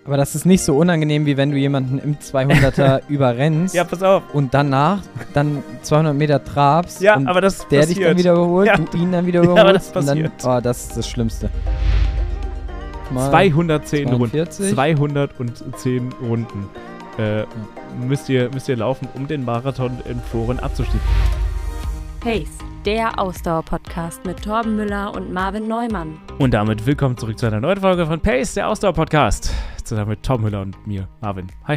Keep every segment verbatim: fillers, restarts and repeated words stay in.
Aber das ist nicht so unangenehm, wie wenn du jemanden im zweihunderter überrennst. Ja, pass auf. Und danach dann zweihundert Meter trabst. Ja, und aber das der passiert. dich dann wieder überholt, Ja. du ihn dann wieder überholst. Ja, aber das passiert. Und dann, oh, das ist das Schlimmste. Mal zweihundertzehn zweiundvierzig. Runden. zweihundertzehn Runden äh, ja. müsst, ihr, müsst ihr laufen, um den Marathon in Foren abzuschließen. Pace, der Ausdauer-Podcast mit Torben Müller und Marvin Neumann. Und damit willkommen zurück zu einer neuen Folge von Pace, der Ausdauer-Podcast. Zusammen mit Torben Müller und mir, Marvin. Hi.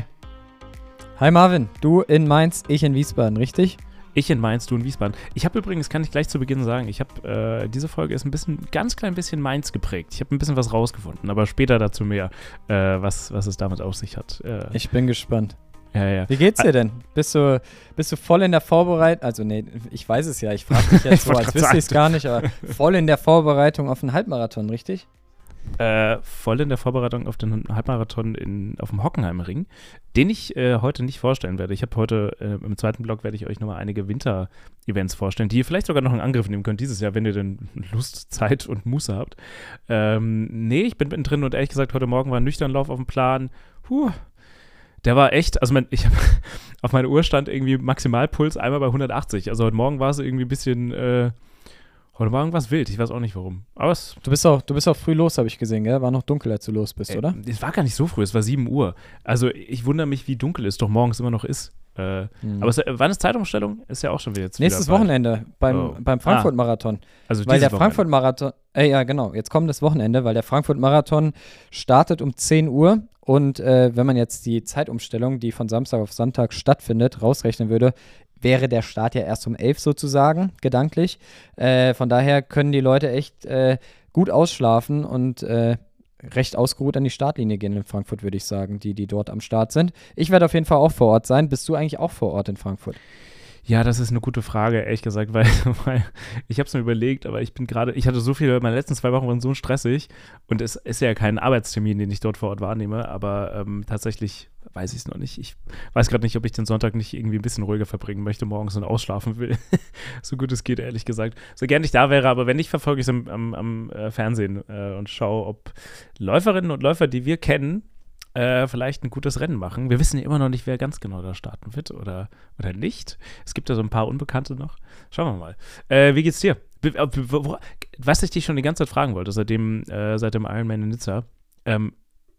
Hi Marvin, du in Mainz, ich in Wiesbaden, richtig? Ich in Mainz, du in Wiesbaden. Ich habe übrigens, kann ich gleich zu Beginn sagen, ich habe, äh, diese Folge ist ein bisschen, ganz klein bisschen Mainz geprägt. Ich habe ein bisschen was rausgefunden, aber später dazu mehr, äh, was, was es damit auf sich hat. Äh, ich bin gespannt. Ja, ja. Wie geht's dir denn? Bist du, bist du voll in der Vorbereitung? Also, nee, ich weiß es ja. Ich frage dich jetzt so, als wüsste ich es gar nicht, aber voll in der Vorbereitung auf den Halbmarathon, richtig? Äh, voll in der Vorbereitung auf den Halbmarathon in, auf dem Hockenheimring, den ich äh, heute nicht vorstellen werde. Ich habe heute, äh, im zweiten Blog werde ich euch nochmal einige Winter-Events vorstellen, die ihr vielleicht sogar noch in Angriff nehmen könnt dieses Jahr, wenn ihr denn Lust, Zeit und Muße habt. Ähm, nee, ich bin mittendrin und ehrlich gesagt, heute Morgen war ein Nüchternlauf auf dem Plan. Puh. Der war echt, also mein, ich habe auf meiner Uhr stand irgendwie Maximalpuls einmal bei hundertachtzig. Also heute Morgen war es irgendwie ein bisschen, äh, heute Morgen war es wild, ich weiß auch nicht warum. Aber es du bist auch, du bist auch früh los, habe ich gesehen, gell? War noch dunkel, als du los bist, äh, oder? Es war gar nicht so früh, es war sieben Uhr. Also ich wundere mich, wie dunkel es doch morgens immer noch ist. Äh, mhm. Aber es, wann ist Zeitumstellung? Ist ja auch schon wieder jetzt Nächstes wieder Wochenende beim, oh. beim Frankfurt-Marathon. Ah, also weil der Wochenende. Frankfurt-Marathon, äh, ja genau, jetzt kommt das Wochenende, weil der Frankfurt-Marathon startet um zehn Uhr und äh, wenn man jetzt die Zeitumstellung, die von Samstag auf Sonntag stattfindet, rausrechnen würde, wäre der Start ja erst um elf sozusagen, gedanklich. Äh, von daher können die Leute echt äh, gut ausschlafen und äh, recht ausgeruht an die Startlinie gehen in Frankfurt, würde ich sagen, die, die dort am Start sind. Ich werde auf jeden Fall auch vor Ort sein. Bist du eigentlich auch vor Ort in Frankfurt? Ja, das ist eine gute Frage, ehrlich gesagt, weil, weil ich habe es mir überlegt, aber ich bin gerade, ich hatte so viele, meine letzten zwei Wochen waren so stressig und es ist ja kein Arbeitstermin, den ich dort vor Ort wahrnehme, aber ähm, tatsächlich weiß ich es noch nicht. Ich weiß gerade nicht, ob ich den Sonntag nicht irgendwie ein bisschen ruhiger verbringen möchte morgens und ausschlafen will. So gut es geht, ehrlich gesagt. So gern ich da wäre, aber wenn nicht, verfolge ich es am, am, am äh, Fernsehen äh, und schaue, ob Läuferinnen und Läufer, die wir kennen, Äh, vielleicht ein gutes Rennen machen. Wir wissen ja immer noch nicht, wer ganz genau da starten wird oder, oder nicht. Es gibt ja so ein paar Unbekannte noch. Schauen wir mal. Äh, wie geht's dir? Was ich dich schon die ganze Zeit fragen wollte, seitdem, äh, seit dem Ironman in Nizza, ähm,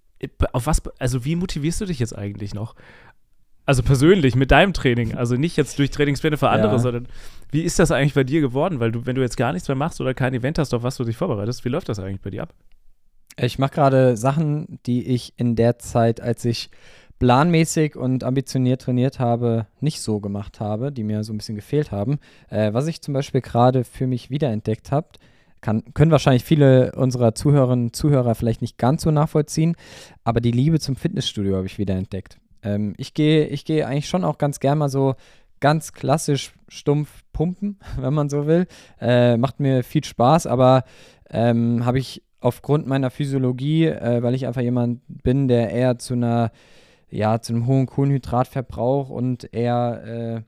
auf was, also wie motivierst du dich jetzt eigentlich noch? Also persönlich, mit deinem Training, also nicht jetzt durch Trainingspläne für andere, ja. sondern wie ist das eigentlich bei dir geworden? Weil du, wenn du jetzt gar nichts mehr machst oder kein Event hast, auf was du dich vorbereitest, wie läuft das eigentlich bei dir ab? Ich mache gerade Sachen, die ich in der Zeit, als ich planmäßig und ambitioniert trainiert habe, nicht so gemacht habe, die mir so ein bisschen gefehlt haben. Äh, was ich zum Beispiel gerade für mich wiederentdeckt habe, kann, können wahrscheinlich viele unserer Zuhörerinnen und Zuhörer vielleicht nicht ganz so nachvollziehen, aber die Liebe zum Fitnessstudio habe ich wiederentdeckt. Ähm, ich gehe ich gehe eigentlich schon auch ganz gern mal so ganz klassisch stumpf pumpen, wenn man so will. Äh, macht mir viel Spaß, aber ähm, habe ich aufgrund meiner Physiologie, äh, weil ich einfach jemand bin, der eher zu einer, ja, zu einem hohen Kohlenhydratverbrauch und eher äh,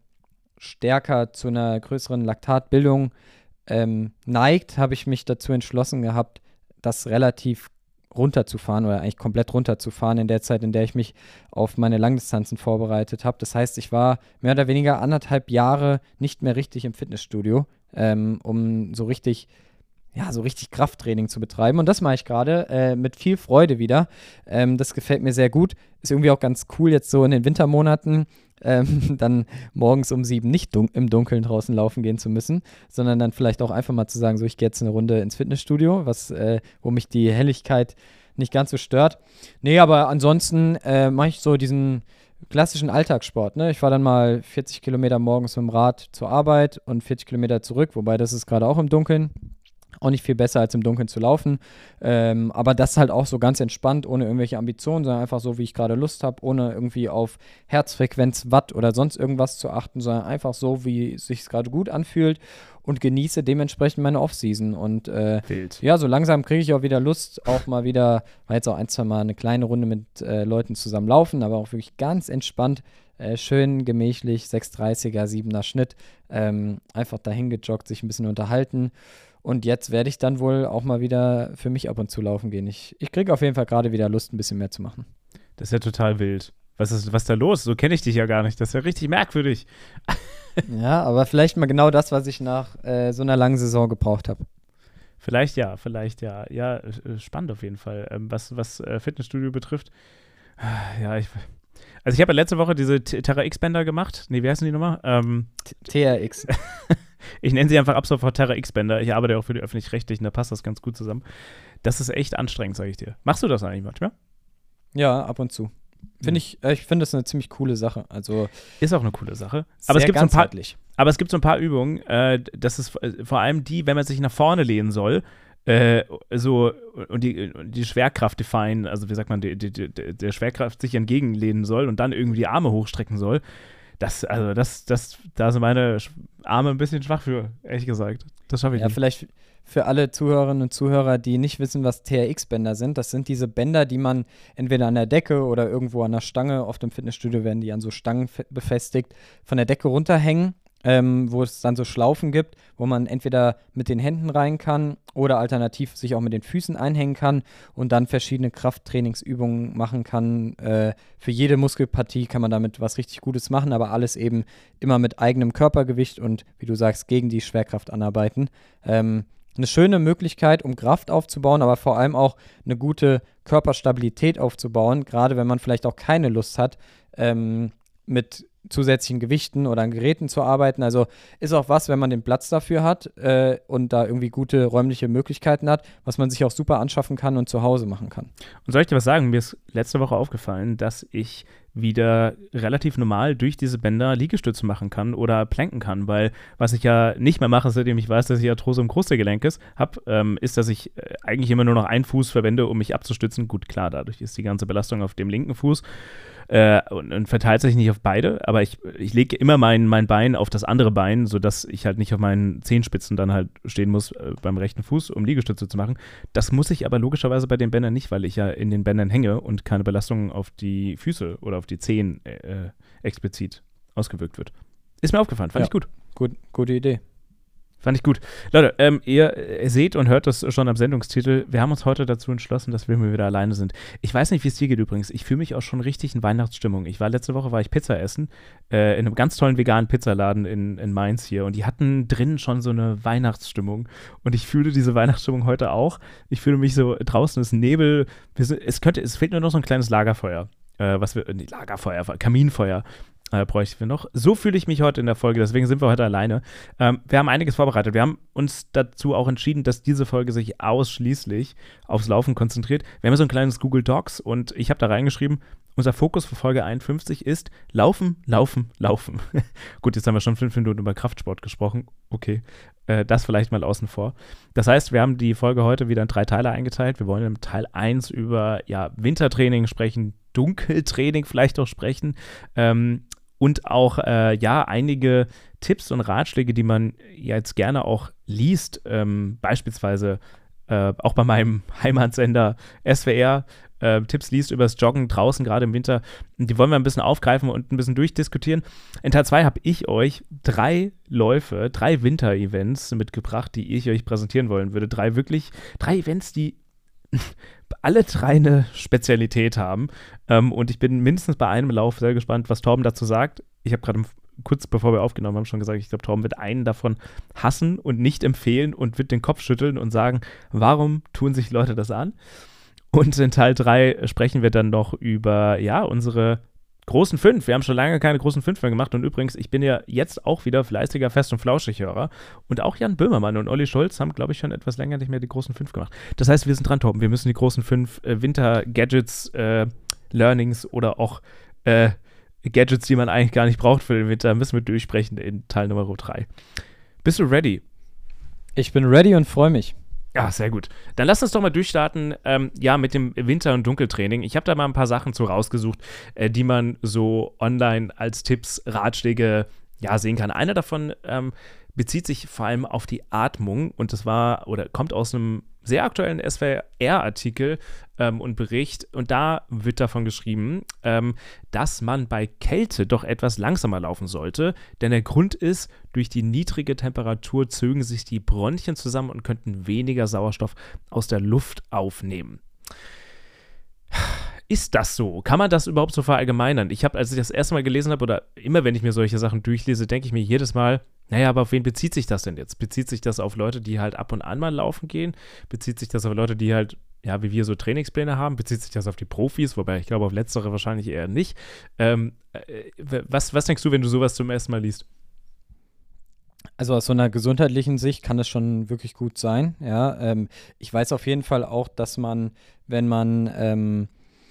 stärker zu einer größeren Laktatbildung ähm, neigt, habe ich mich dazu entschlossen gehabt, das relativ runterzufahren oder eigentlich komplett runterzufahren in der Zeit, in der ich mich auf meine Langdistanzen vorbereitet habe. Das heißt, ich war mehr oder weniger anderthalb Jahre nicht mehr richtig im Fitnessstudio, ähm, um so richtig ja, so richtig Krafttraining zu betreiben. Und das mache ich gerade äh, mit viel Freude wieder. Ähm, das gefällt mir sehr gut. Ist irgendwie auch ganz cool, jetzt so in den Wintermonaten ähm, dann morgens um sieben nicht dun- im Dunkeln draußen laufen gehen zu müssen, sondern dann vielleicht auch einfach mal zu sagen, so, ich gehe jetzt eine Runde ins Fitnessstudio, was, äh, wo mich die Helligkeit nicht ganz so stört. Nee, aber ansonsten äh, mache ich so diesen klassischen Alltagssport, ne? Ich fahre dann mal vierzig Kilometer morgens mit dem Rad zur Arbeit und vierzig Kilometer zurück, wobei das ist gerade auch im Dunkeln. Auch nicht viel besser, als im Dunkeln zu laufen. Ähm, aber das halt auch so ganz entspannt, ohne irgendwelche Ambitionen, sondern einfach so, wie ich gerade Lust habe, ohne irgendwie auf Herzfrequenz, Watt oder sonst irgendwas zu achten, sondern einfach so, wie es sich gerade gut anfühlt und genieße dementsprechend meine Offseason. Und äh, ja, so langsam kriege ich auch wieder Lust, auch mal wieder, war jetzt auch ein, zwei Mal eine kleine Runde mit äh, Leuten zusammen laufen, aber auch wirklich ganz entspannt. Äh, schön gemächlich, sechs dreißiger, siebener Schnitt, ähm, einfach dahin gejoggt, sich ein bisschen unterhalten. Und jetzt werde ich dann wohl auch mal wieder für mich ab und zu laufen gehen. Ich, ich kriege auf jeden Fall gerade wieder Lust, ein bisschen mehr zu machen. Das ist ja total wild. Was ist, was ist da los? So kenne ich dich ja gar nicht. Das ist ja richtig merkwürdig. Ja, aber vielleicht mal genau das, was ich nach äh, so einer langen Saison gebraucht habe. Vielleicht ja, vielleicht ja. Ja, äh, spannend auf jeden Fall. Ähm, was was äh, Fitnessstudio betrifft. Ja, ich. Also ich habe ja letzte Woche diese Terra X-Bänder gemacht. Nee, wie heißen die nochmal? Ähm, T R X. Ich nenne sie einfach ab sofort Terra X-Bänder. Ich arbeite auch für die Öffentlich-Rechtlichen, da passt das ganz gut zusammen. Das ist echt anstrengend, sage ich dir. Machst du das eigentlich manchmal? Ja, ab und zu. Finde ich, äh, ich finde das eine ziemlich coole Sache. Also ist auch eine coole Sache. Aber es gibt so ein paar, aber es gibt so ein paar Übungen. Äh, das ist äh, vor allem die, wenn man sich nach vorne lehnen soll, äh, so und die, die Schwerkraft define, also wie sagt man, die, die, die, der Schwerkraft sich entgegenlehnen soll und dann irgendwie die Arme hochstrecken soll. Das, also das, das, da sind meine Arme ein bisschen schwach für, ehrlich gesagt. Das schaffe ich ja, nicht. Ja, vielleicht für alle Zuhörerinnen und Zuhörer, die nicht wissen, was T R X-Bänder sind. Das sind diese Bänder, die man entweder an der Decke oder irgendwo an der Stange, oft im Fitnessstudio werden die an so Stangen befestigt, von der Decke runterhängen, ähm, wo es dann so Schlaufen gibt, wo man entweder mit den Händen rein kann oder alternativ sich auch mit den Füßen einhängen kann und dann verschiedene Krafttrainingsübungen machen kann. Äh, für jede Muskelpartie kann man damit was richtig Gutes machen, aber alles eben immer mit eigenem Körpergewicht und, wie du sagst, gegen die Schwerkraft anarbeiten. Ähm, eine schöne Möglichkeit, um Kraft aufzubauen, aber vor allem auch eine gute Körperstabilität aufzubauen, gerade wenn man vielleicht auch keine Lust hat, ähm, mit zusätzlichen Gewichten oder an Geräten zu arbeiten. Also ist auch was, wenn man den Platz dafür hat äh, und da irgendwie gute räumliche Möglichkeiten hat, was man sich auch super anschaffen kann und zu Hause machen kann. Und soll ich dir was sagen? Mir ist letzte Woche aufgefallen, dass ich wieder relativ normal durch diese Bänder Liegestütze machen kann oder planken kann, weil was ich ja nicht mehr mache, seitdem ich weiß, dass ich Arthrose im Großzehgelenk habe, ähm, ist, dass ich äh, eigentlich immer nur noch einen Fuß verwende, um mich abzustützen. Gut, klar, dadurch ist die ganze Belastung auf dem linken Fuß äh, und, und verteilt sich nicht auf beide, aber ich, ich lege immer mein, mein Bein auf das andere Bein, sodass ich halt nicht auf meinen Zehenspitzen dann halt stehen muss äh, beim rechten Fuß, um Liegestütze zu machen. Das muss ich aber logischerweise bei den Bändern nicht, weil ich ja in den Bändern hänge und keine Belastung auf die Füße oder auf die Zehen äh, explizit ausgewirkt wird. Ist mir aufgefallen, fand ja. ich gut. gut. Gute Idee. Fand ich gut. Leute, ähm, ihr äh, seht und hört das schon am Sendungstitel. Wir haben uns heute dazu entschlossen, dass wir mal wieder alleine sind. Ich weiß nicht, wie es dir geht übrigens. Ich fühle mich auch schon richtig in Weihnachtsstimmung. Ich war letzte Woche, war ich Pizza essen, äh, in einem ganz tollen veganen Pizzaladen in, in Mainz hier. Und die hatten drinnen schon so eine Weihnachtsstimmung. Und ich fühle diese Weihnachtsstimmung heute auch. Ich fühle mich so, draußen ist Nebel. Wir sind, es, könnte, es fehlt nur noch so ein kleines Lagerfeuer. Äh, was wir, nee, Lagerfeuer, Kaminfeuer. Äh, bräuchten wir noch. So fühle ich mich heute in der Folge, deswegen sind wir heute alleine. Ähm, wir haben einiges vorbereitet. Wir haben uns dazu auch entschieden, dass diese Folge sich ausschließlich aufs Laufen konzentriert. Wir haben so ein kleines Google Docs und ich habe da reingeschrieben, unser Fokus für Folge einundfünfzig ist Laufen, Laufen, Laufen. Gut, jetzt haben wir schon fünf Minuten über Kraftsport gesprochen. Okay, äh, das vielleicht mal außen vor. Das heißt, wir haben die Folge heute wieder in drei Teile eingeteilt. Wir wollen im Teil eins über ja, Wintertraining sprechen, Dunkeltraining vielleicht auch sprechen, ähm, und auch, äh, ja, einige Tipps und Ratschläge, die man jetzt gerne auch liest, ähm, beispielsweise äh, auch bei meinem Heimatsender S W R, äh, Tipps liest über das Joggen draußen, gerade im Winter. Die wollen wir ein bisschen aufgreifen und ein bisschen durchdiskutieren. In Teil zwei habe ich euch drei Läufe, drei Winter-Events mitgebracht, die ich euch präsentieren wollen würde. Drei wirklich, drei Events, die alle drei eine Spezialität haben. Ähm, und ich bin mindestens bei einem Lauf sehr gespannt, was Torben dazu sagt. Ich habe gerade kurz bevor wir aufgenommen haben schon gesagt, ich glaube, Torben wird einen davon hassen und nicht empfehlen und wird den Kopf schütteln und sagen, warum tun sich Leute das an? Und in Teil drei sprechen wir dann noch über, ja, unsere großen fünf. Wir haben schon lange keine großen fünf mehr gemacht und übrigens, ich bin ja jetzt auch wieder fleißiger Fest- und Flauschig-Hörer und auch Jan Böhmermann und Olli Schulz haben, glaube ich, schon etwas länger nicht mehr die großen fünf gemacht. Das heißt, wir sind dran, Torben. Wir müssen die großen fünf äh, Winter-Gadgets, äh, Learnings oder auch äh, Gadgets, die man eigentlich gar nicht braucht für den Winter, müssen wir durchsprechen in Teil Nummer drei. Bist du ready? Ich bin ready und freue mich. Ja, sehr gut. Dann lass uns doch mal durchstarten, ähm, ja, mit dem Winter- und Dunkeltraining. Ich habe da mal ein paar Sachen zu rausgesucht, äh, die man so online als Tipps, Ratschläge, ja, sehen kann. Einer davon ähm, bezieht sich vor allem auf die Atmung und das war, oder kommt aus einem sehr aktuellen S W R-Artikel ähm, und Bericht und da wird davon geschrieben, ähm, dass man bei Kälte doch etwas langsamer laufen sollte, denn der Grund ist, durch die niedrige Temperatur zögen sich die Bronchien zusammen und könnten weniger Sauerstoff aus der Luft aufnehmen. Ist das so? Kann man das überhaupt so verallgemeinern? Ich habe, als ich das erste Mal gelesen habe, oder immer wenn ich mir solche Sachen durchlese, denke ich mir jedes Mal, naja, aber auf wen bezieht sich das denn jetzt? Bezieht sich das auf Leute, die halt ab und an mal laufen gehen? Bezieht sich das auf Leute, die halt, ja, wie wir so Trainingspläne haben? Bezieht sich das auf die Profis? Wobei ich glaube, auf letztere wahrscheinlich eher nicht. Ähm, äh, was, was denkst du, wenn du sowas zum ersten Mal liest? Also aus so einer gesundheitlichen Sicht kann das schon wirklich gut sein, ja. Ähm, ich weiß auf jeden Fall auch, dass man, wenn man ähm,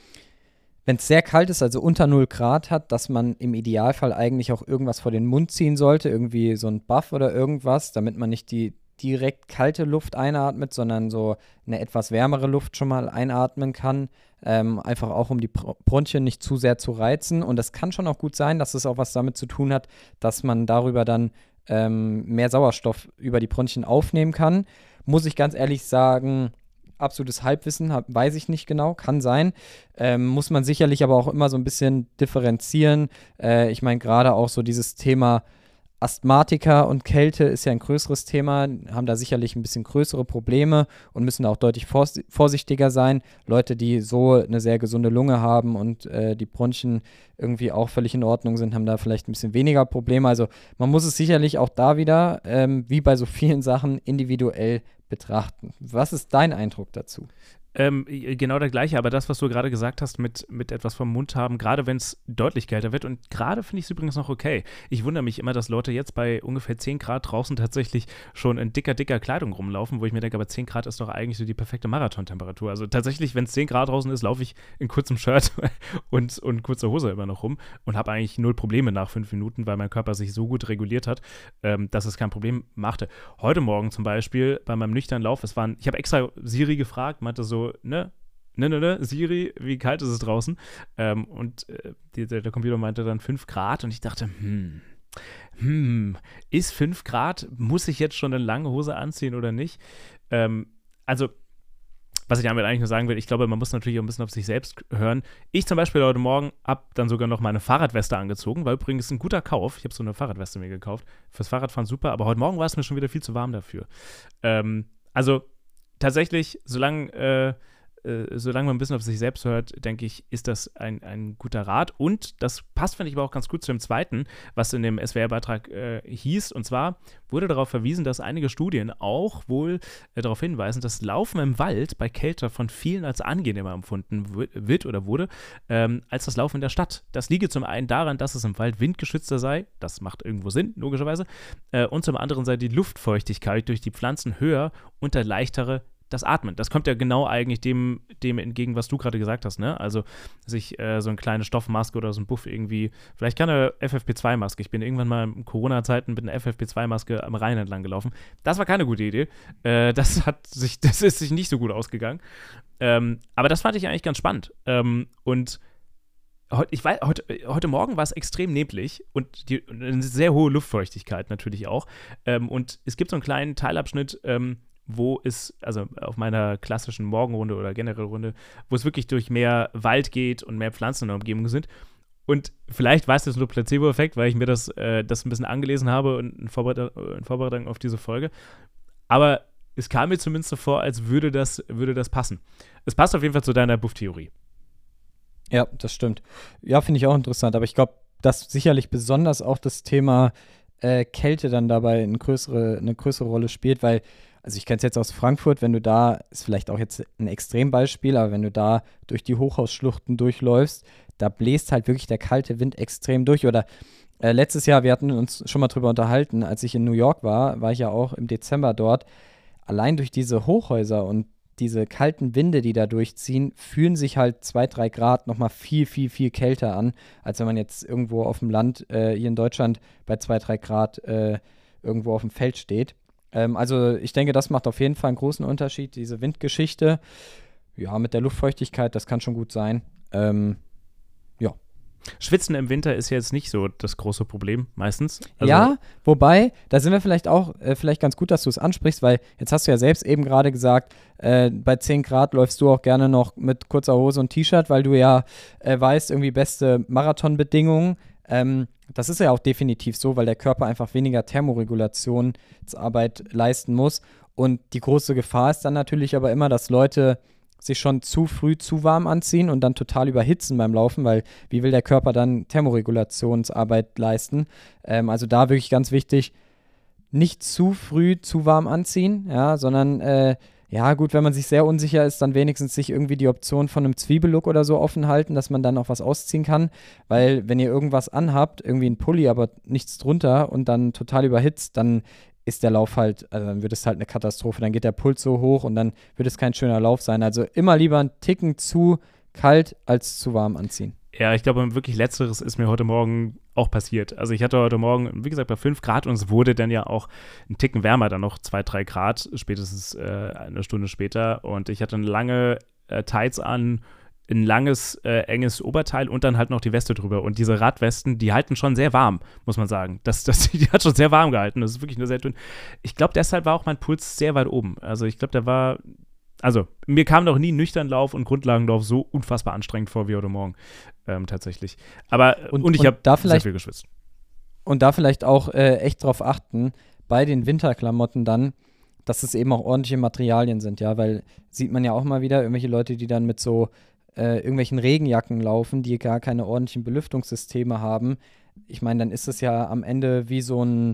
wenn es sehr kalt ist, also unter null Grad hat, dass man im Idealfall eigentlich auch irgendwas vor den Mund ziehen sollte, irgendwie so ein Buff oder irgendwas, damit man nicht die direkt kalte Luft einatmet, sondern so eine etwas wärmere Luft schon mal einatmen kann, ähm, einfach auch um die Bronchien nicht zu sehr zu reizen. Und das kann schon auch gut sein, dass es auch was damit zu tun hat, dass man darüber dann ähm, mehr Sauerstoff über die Bronchien aufnehmen kann. Muss ich ganz ehrlich sagen, absolutes Halbwissen, hab, weiß ich nicht genau, kann sein. Ähm, muss man sicherlich aber auch immer so ein bisschen differenzieren. Äh, ich meine, gerade auch so dieses Thema Asthmatiker und Kälte ist ja ein größeres Thema, haben da sicherlich ein bisschen größere Probleme und müssen auch deutlich vors- vorsichtiger sein. Leute, die so eine sehr gesunde Lunge haben und äh, die Bronchien irgendwie auch völlig in Ordnung sind, haben da vielleicht ein bisschen weniger Probleme. Also man muss es sicherlich auch da wieder, ähm, wie bei so vielen Sachen, individuell betrachten. Was ist dein Eindruck dazu? Ähm, genau der gleiche, aber das, was du gerade gesagt hast, mit, mit etwas vom Mund haben, gerade wenn es deutlich kälter wird, und gerade finde ich es übrigens noch okay. Ich wundere mich immer, dass Leute jetzt bei ungefähr zehn Grad draußen tatsächlich schon in dicker, dicker Kleidung rumlaufen, wo ich mir denke, aber zehn Grad ist doch eigentlich so die perfekte Marathontemperatur. Also tatsächlich, wenn es zehn Grad draußen ist, laufe ich in kurzem Shirt und, und kurzer Hose immer noch rum und habe eigentlich null Probleme nach fünf Minuten, weil mein Körper sich so gut reguliert hat, ähm, dass es kein Problem machte. Heute Morgen zum Beispiel bei meinem nüchternen Lauf, es waren, ich habe extra Siri gefragt, meinte so, ne, ne, ne, ne, Siri, wie kalt ist es draußen? Ähm, und äh, die, der, der Computer meinte dann fünf Grad und ich dachte, hm, hm, ist fünf Grad, muss ich jetzt schon eine lange Hose anziehen oder nicht? Ähm, also, was ich damit eigentlich nur sagen will, ich glaube, man muss natürlich auch ein bisschen auf sich selbst hören. Ich zum Beispiel heute Morgen habe dann sogar noch meine Fahrradweste angezogen, war übrigens ein guter Kauf. Ich habe so eine Fahrradweste mir gekauft. Fürs Fahrradfahren super, aber heute Morgen war es mir schon wieder viel zu warm dafür. Ähm, also, tatsächlich, solange, äh, äh, solange man ein bisschen auf sich selbst hört, denke ich, ist das ein, ein guter Rat. Und das passt, finde ich, aber auch ganz gut zu dem zweiten, was in dem S W R-Beitrag äh, hieß. Und zwar wurde darauf verwiesen, dass einige Studien auch wohl äh, darauf hinweisen, dass Laufen im Wald bei Kälte von vielen als angenehmer empfunden w- wird oder wurde, ähm, als das Laufen in der Stadt. Das liege zum einen daran, dass es im Wald windgeschützter sei. Das macht irgendwo Sinn, logischerweise. Äh, und zum anderen sei die Luftfeuchtigkeit durch die Pflanzen höher und der leichtere das Atmen. Das kommt ja genau eigentlich dem, dem entgegen, was du gerade gesagt hast, ne? Also sich äh, so eine kleine Stoffmaske oder so ein Buff irgendwie, vielleicht keine F F P zwei Maske. Ich bin irgendwann mal in Corona-Zeiten mit einer F F P zwei Maske am Rhein entlang gelaufen. Das war keine gute Idee. Äh, das hat sich, das ist sich nicht so gut ausgegangen. Ähm, aber das fand ich eigentlich ganz spannend. Ähm, und Heute, ich weiß, heute, heute Morgen war es extrem neblig und die, eine sehr hohe Luftfeuchtigkeit natürlich auch. Ähm, und es gibt so einen kleinen Teilabschnitt, ähm, wo es, also auf meiner klassischen Morgenrunde oder generell Runde, wo es wirklich durch mehr Wald geht und mehr Pflanzen in der Umgebung sind. Und vielleicht war es das nur Placebo-Effekt, weil ich mir das, äh, das ein bisschen angelesen habe und in, Vorbereitung, in Vorbereitung auf diese Folge. Aber es kam mir zumindest so vor, als würde das, würde das passen. Es passt auf jeden Fall zu deiner Buff-Theorie. Ja, das stimmt. Ja, finde ich auch interessant. Aber ich glaube, dass sicherlich besonders auch das Thema äh, Kälte dann dabei eine größere, eine größere Rolle spielt, weil, also ich kenne es jetzt aus Frankfurt, wenn du da, ist vielleicht auch jetzt ein Extrembeispiel, aber wenn du da durch die Hochhausschluchten durchläufst, da bläst halt wirklich der kalte Wind extrem durch. Oder äh, letztes Jahr, wir hatten uns schon mal drüber unterhalten, als ich in New York war, war ich ja auch im Dezember dort. Allein durch diese Hochhäuser und diese kalten Winde, die da durchziehen, fühlen sich halt zwei, drei Grad nochmal viel, viel, viel kälter an, als wenn man jetzt irgendwo auf dem Land äh, hier in Deutschland bei zwei, drei Grad äh, irgendwo auf dem Feld steht. Ähm, also ich denke, das macht auf jeden Fall einen großen Unterschied, diese Windgeschichte. Ja, mit der Luftfeuchtigkeit, das kann schon gut sein. Ähm, ja. Schwitzen im Winter ist jetzt nicht so das große Problem, meistens. Also ja, wobei, da sind wir vielleicht auch, äh, vielleicht ganz gut, dass du es ansprichst, weil jetzt hast du ja selbst eben gerade gesagt, äh, bei zehn Grad läufst du auch gerne noch mit kurzer Hose und T-Shirt, weil du ja äh, weißt, irgendwie beste Marathonbedingungen. Ähm, das ist ja auch definitiv so, weil der Körper einfach weniger Thermoregulationsarbeit leisten muss. Und die große Gefahr ist dann natürlich aber immer, dass Leute sich schon zu früh zu warm anziehen und dann total überhitzen beim Laufen, weil wie will der Körper dann Thermoregulationsarbeit leisten? Ähm, also da wirklich ganz wichtig, nicht zu früh zu warm anziehen, ja, sondern äh, ja gut, wenn man sich sehr unsicher ist, dann wenigstens sich irgendwie die Option von einem Zwiebellook oder so offen halten, dass man dann auch was ausziehen kann, weil wenn ihr irgendwas anhabt, irgendwie ein Pulli, aber nichts drunter und dann total überhitzt, dann ist der Lauf halt, also dann wird es halt eine Katastrophe, dann geht der Puls so hoch und dann wird es kein schöner Lauf sein. Also immer lieber einen Ticken zu kalt als zu warm anziehen. Ja, ich glaube, wirklich Letzteres ist mir heute Morgen auch passiert. Also ich hatte heute Morgen, wie gesagt, bei fünf Grad und es wurde dann ja auch ein Ticken wärmer, dann noch zwei, drei Grad, spätestens äh, eine Stunde später. Und ich hatte eine lange äh, Tights an, ein langes, äh, enges Oberteil und dann halt noch die Weste drüber. Und diese Radwesten, die halten schon sehr warm, muss man sagen. Das, das, die hat schon sehr warm gehalten. Das ist wirklich nur sehr dünn. Ich glaube, deshalb war auch mein Puls sehr weit oben. Also ich glaube, der war, also mir kam noch nie Nüchternlauf und Grundlagenlauf so unfassbar anstrengend vor wie heute Morgen. Ähm, tatsächlich. Aber, und, und ich habe sehr viel geschwitzt. Und da vielleicht auch äh, echt drauf achten, bei den Winterklamotten dann, dass es eben auch ordentliche Materialien sind, ja, weil sieht man ja auch mal wieder irgendwelche Leute, die dann mit so Äh, irgendwelchen Regenjacken laufen, die gar keine ordentlichen Belüftungssysteme haben. Ich meine, dann ist es ja am Ende wie so ein,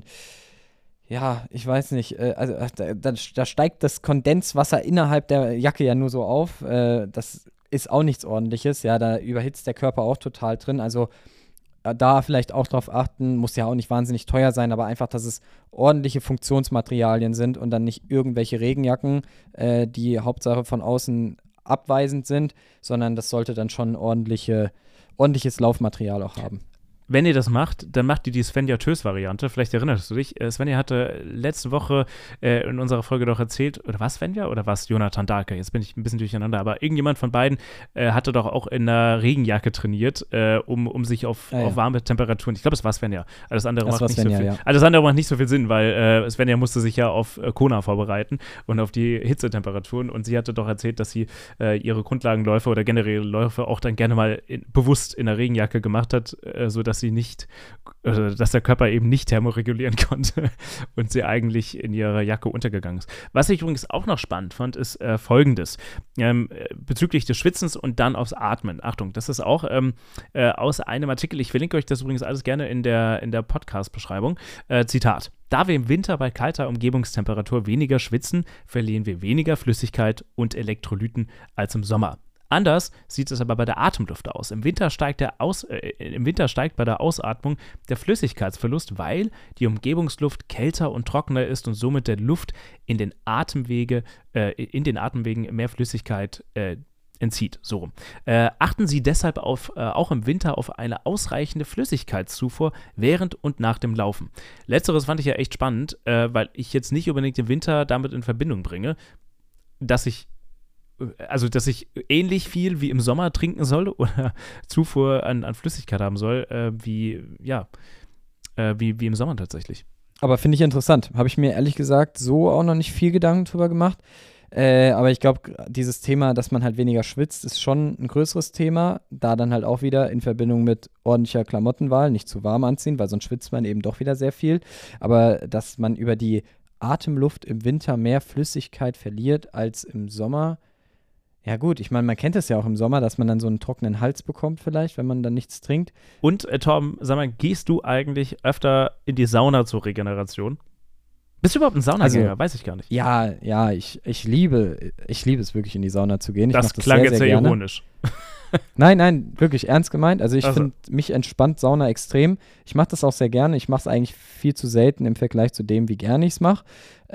ja, ich weiß nicht, äh, also da, da, da steigt das Kondenswasser innerhalb der Jacke ja nur so auf. Äh, das ist auch nichts Ordentliches. Ja, da überhitzt der Körper auch total drin. Also äh, da vielleicht auch drauf achten, muss ja auch nicht wahnsinnig teuer sein, aber einfach, dass es ordentliche Funktionsmaterialien sind und dann nicht irgendwelche Regenjacken, äh, die Hauptsache von außen abweisend sind, sondern das sollte dann schon ordentliche, ordentliches Laufmaterial auch haben. Wenn ihr das macht, dann macht ihr die Svenja Tös-Variante. Vielleicht erinnerst du dich. Äh, Svenja hatte letzte Woche äh, in unserer Folge doch erzählt, oder war es Svenja oder war es Jonathan Dahlke? Jetzt bin ich ein bisschen durcheinander, aber irgendjemand von beiden äh, hatte doch auch in einer Regenjacke trainiert, äh, um, um sich auf, ah, ja. auf warme Temperaturen, ich glaube, es war Svenja. Alles andere, das macht nicht, Svenja, so viel, ja. alles andere macht nicht so viel Sinn, weil äh, Svenja musste sich ja auf äh, Kona vorbereiten und auf die Hitzetemperaturen und sie hatte doch erzählt, dass sie äh, ihre Grundlagenläufe oder generelle Läufe auch dann gerne mal in, bewusst in der Regenjacke gemacht hat, äh, sodass sie nicht Also, dass der Körper eben nicht thermoregulieren konnte und sie eigentlich in ihrer Jacke untergegangen ist. Was ich übrigens auch noch spannend fand, ist äh, Folgendes. Ähm, bezüglich des Schwitzens und dann aufs Atmen. Achtung, das ist auch ähm, äh, aus einem Artikel, ich verlinke euch das übrigens alles gerne in der, in der Podcast-Beschreibung. Äh, Zitat. Da wir im Winter bei kalter Umgebungstemperatur weniger schwitzen, verlieren wir weniger Flüssigkeit und Elektrolyten als im Sommer. Anders sieht es aber bei der Atemluft aus. Im Winter steigt, der aus, äh, im Winter steigt bei der Ausatmung der Flüssigkeitsverlust, weil die Umgebungsluft kälter und trockener ist und somit der Luft in den, Atemwege, äh, in den Atemwegen mehr Flüssigkeit äh, entzieht. So rum. Äh, achten Sie deshalb auf, äh, auch im Winter auf eine ausreichende Flüssigkeitszufuhr während und nach dem Laufen. Letzteres fand ich ja echt spannend, äh, weil ich jetzt nicht unbedingt den Winter damit in Verbindung bringe, dass ich also, dass ich ähnlich viel wie im Sommer trinken soll oder Zufuhr an, an Flüssigkeit haben soll, äh, wie, ja, äh, wie, wie im Sommer tatsächlich. Aber finde ich interessant. Habe ich mir ehrlich gesagt so auch noch nicht viel Gedanken drüber gemacht. Äh, aber ich glaube, dieses Thema, dass man halt weniger schwitzt, ist schon ein größeres Thema. Da dann halt auch wieder in Verbindung mit ordentlicher Klamottenwahl, nicht zu warm anziehen, weil sonst schwitzt man eben doch wieder sehr viel. Aber dass man über die Atemluft im Winter mehr Flüssigkeit verliert als im Sommer. Ja gut, ich meine, man kennt es ja auch im Sommer, dass man dann so einen trockenen Hals bekommt vielleicht, wenn man dann nichts trinkt. Und äh, Torben, sag mal, gehst du eigentlich öfter in die Sauna zur Regeneration? Bist du überhaupt ein Saunagänger? Also, weiß ich gar nicht. Ja, ja, ich, ich liebe, ich liebe es wirklich in die Sauna zu gehen. Ich das mach das klang sehr, jetzt sehr sehr gerne. ironisch. Nein, nein, wirklich ernst gemeint. Also ich Also. finde, mich entspannt Sauna extrem. Ich mache das auch sehr gerne. Ich mache es eigentlich viel zu selten im Vergleich zu dem, wie gerne ich es mache.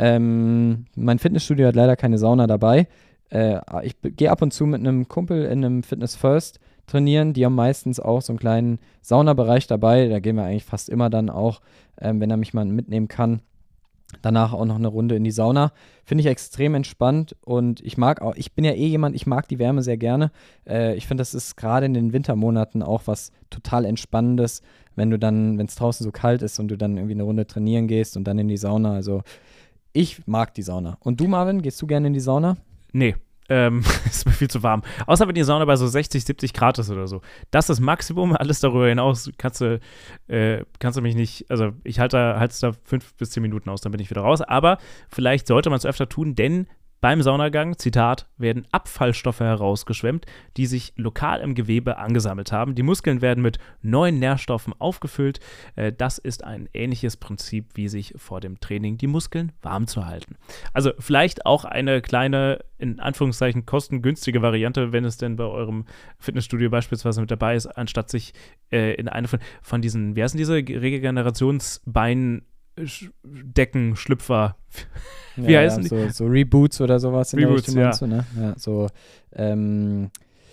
Ähm, mein Fitnessstudio hat leider keine Sauna dabei. Äh, ich gehe ab und zu mit einem Kumpel in einem Fitness First trainieren. Die haben meistens auch so einen kleinen Saunabereich dabei. Da gehen wir eigentlich fast immer dann auch, ähm, wenn er mich mal mitnehmen kann. Danach auch noch eine Runde in die Sauna. Finde ich extrem entspannt und ich mag auch, ich bin ja eh jemand, ich mag die Wärme sehr gerne. Äh, ich finde, das ist gerade in den Wintermonaten auch was total Entspannendes, wenn du dann, wenn es draußen so kalt ist und du dann irgendwie eine Runde trainieren gehst und dann in die Sauna. Also ich mag die Sauna. Und du, Marvin, gehst du gerne in die Sauna? Nee. Ähm, ist mir viel zu warm. Außer wenn die Sauna bei so sechzig, siebzig Grad ist oder so. Das ist das Maximum. Alles darüber hinaus kannst du, äh, kannst du mich nicht, also ich halte es da fünf bis zehn Minuten aus, dann bin ich wieder raus. Aber vielleicht sollte man es öfter tun, denn beim Saunagang, Zitat, werden Abfallstoffe herausgeschwemmt, die sich lokal im Gewebe angesammelt haben. Die Muskeln werden mit neuen Nährstoffen aufgefüllt. Äh, das ist ein ähnliches Prinzip, wie sich vor dem Training die Muskeln warm zu halten. Also vielleicht auch eine kleine, in Anführungszeichen, kostengünstige Variante, wenn es denn bei eurem Fitnessstudio beispielsweise mit dabei ist, anstatt sich äh, in eine von, von diesen, wie heißen diese Regenerationsbeinen Decken, Schlüpfer. Wie ja, heißen ja, die? So, so Reboots oder sowas. In Reboots, der Richtung, ja. meinst du, ne? Ja, so, ähm,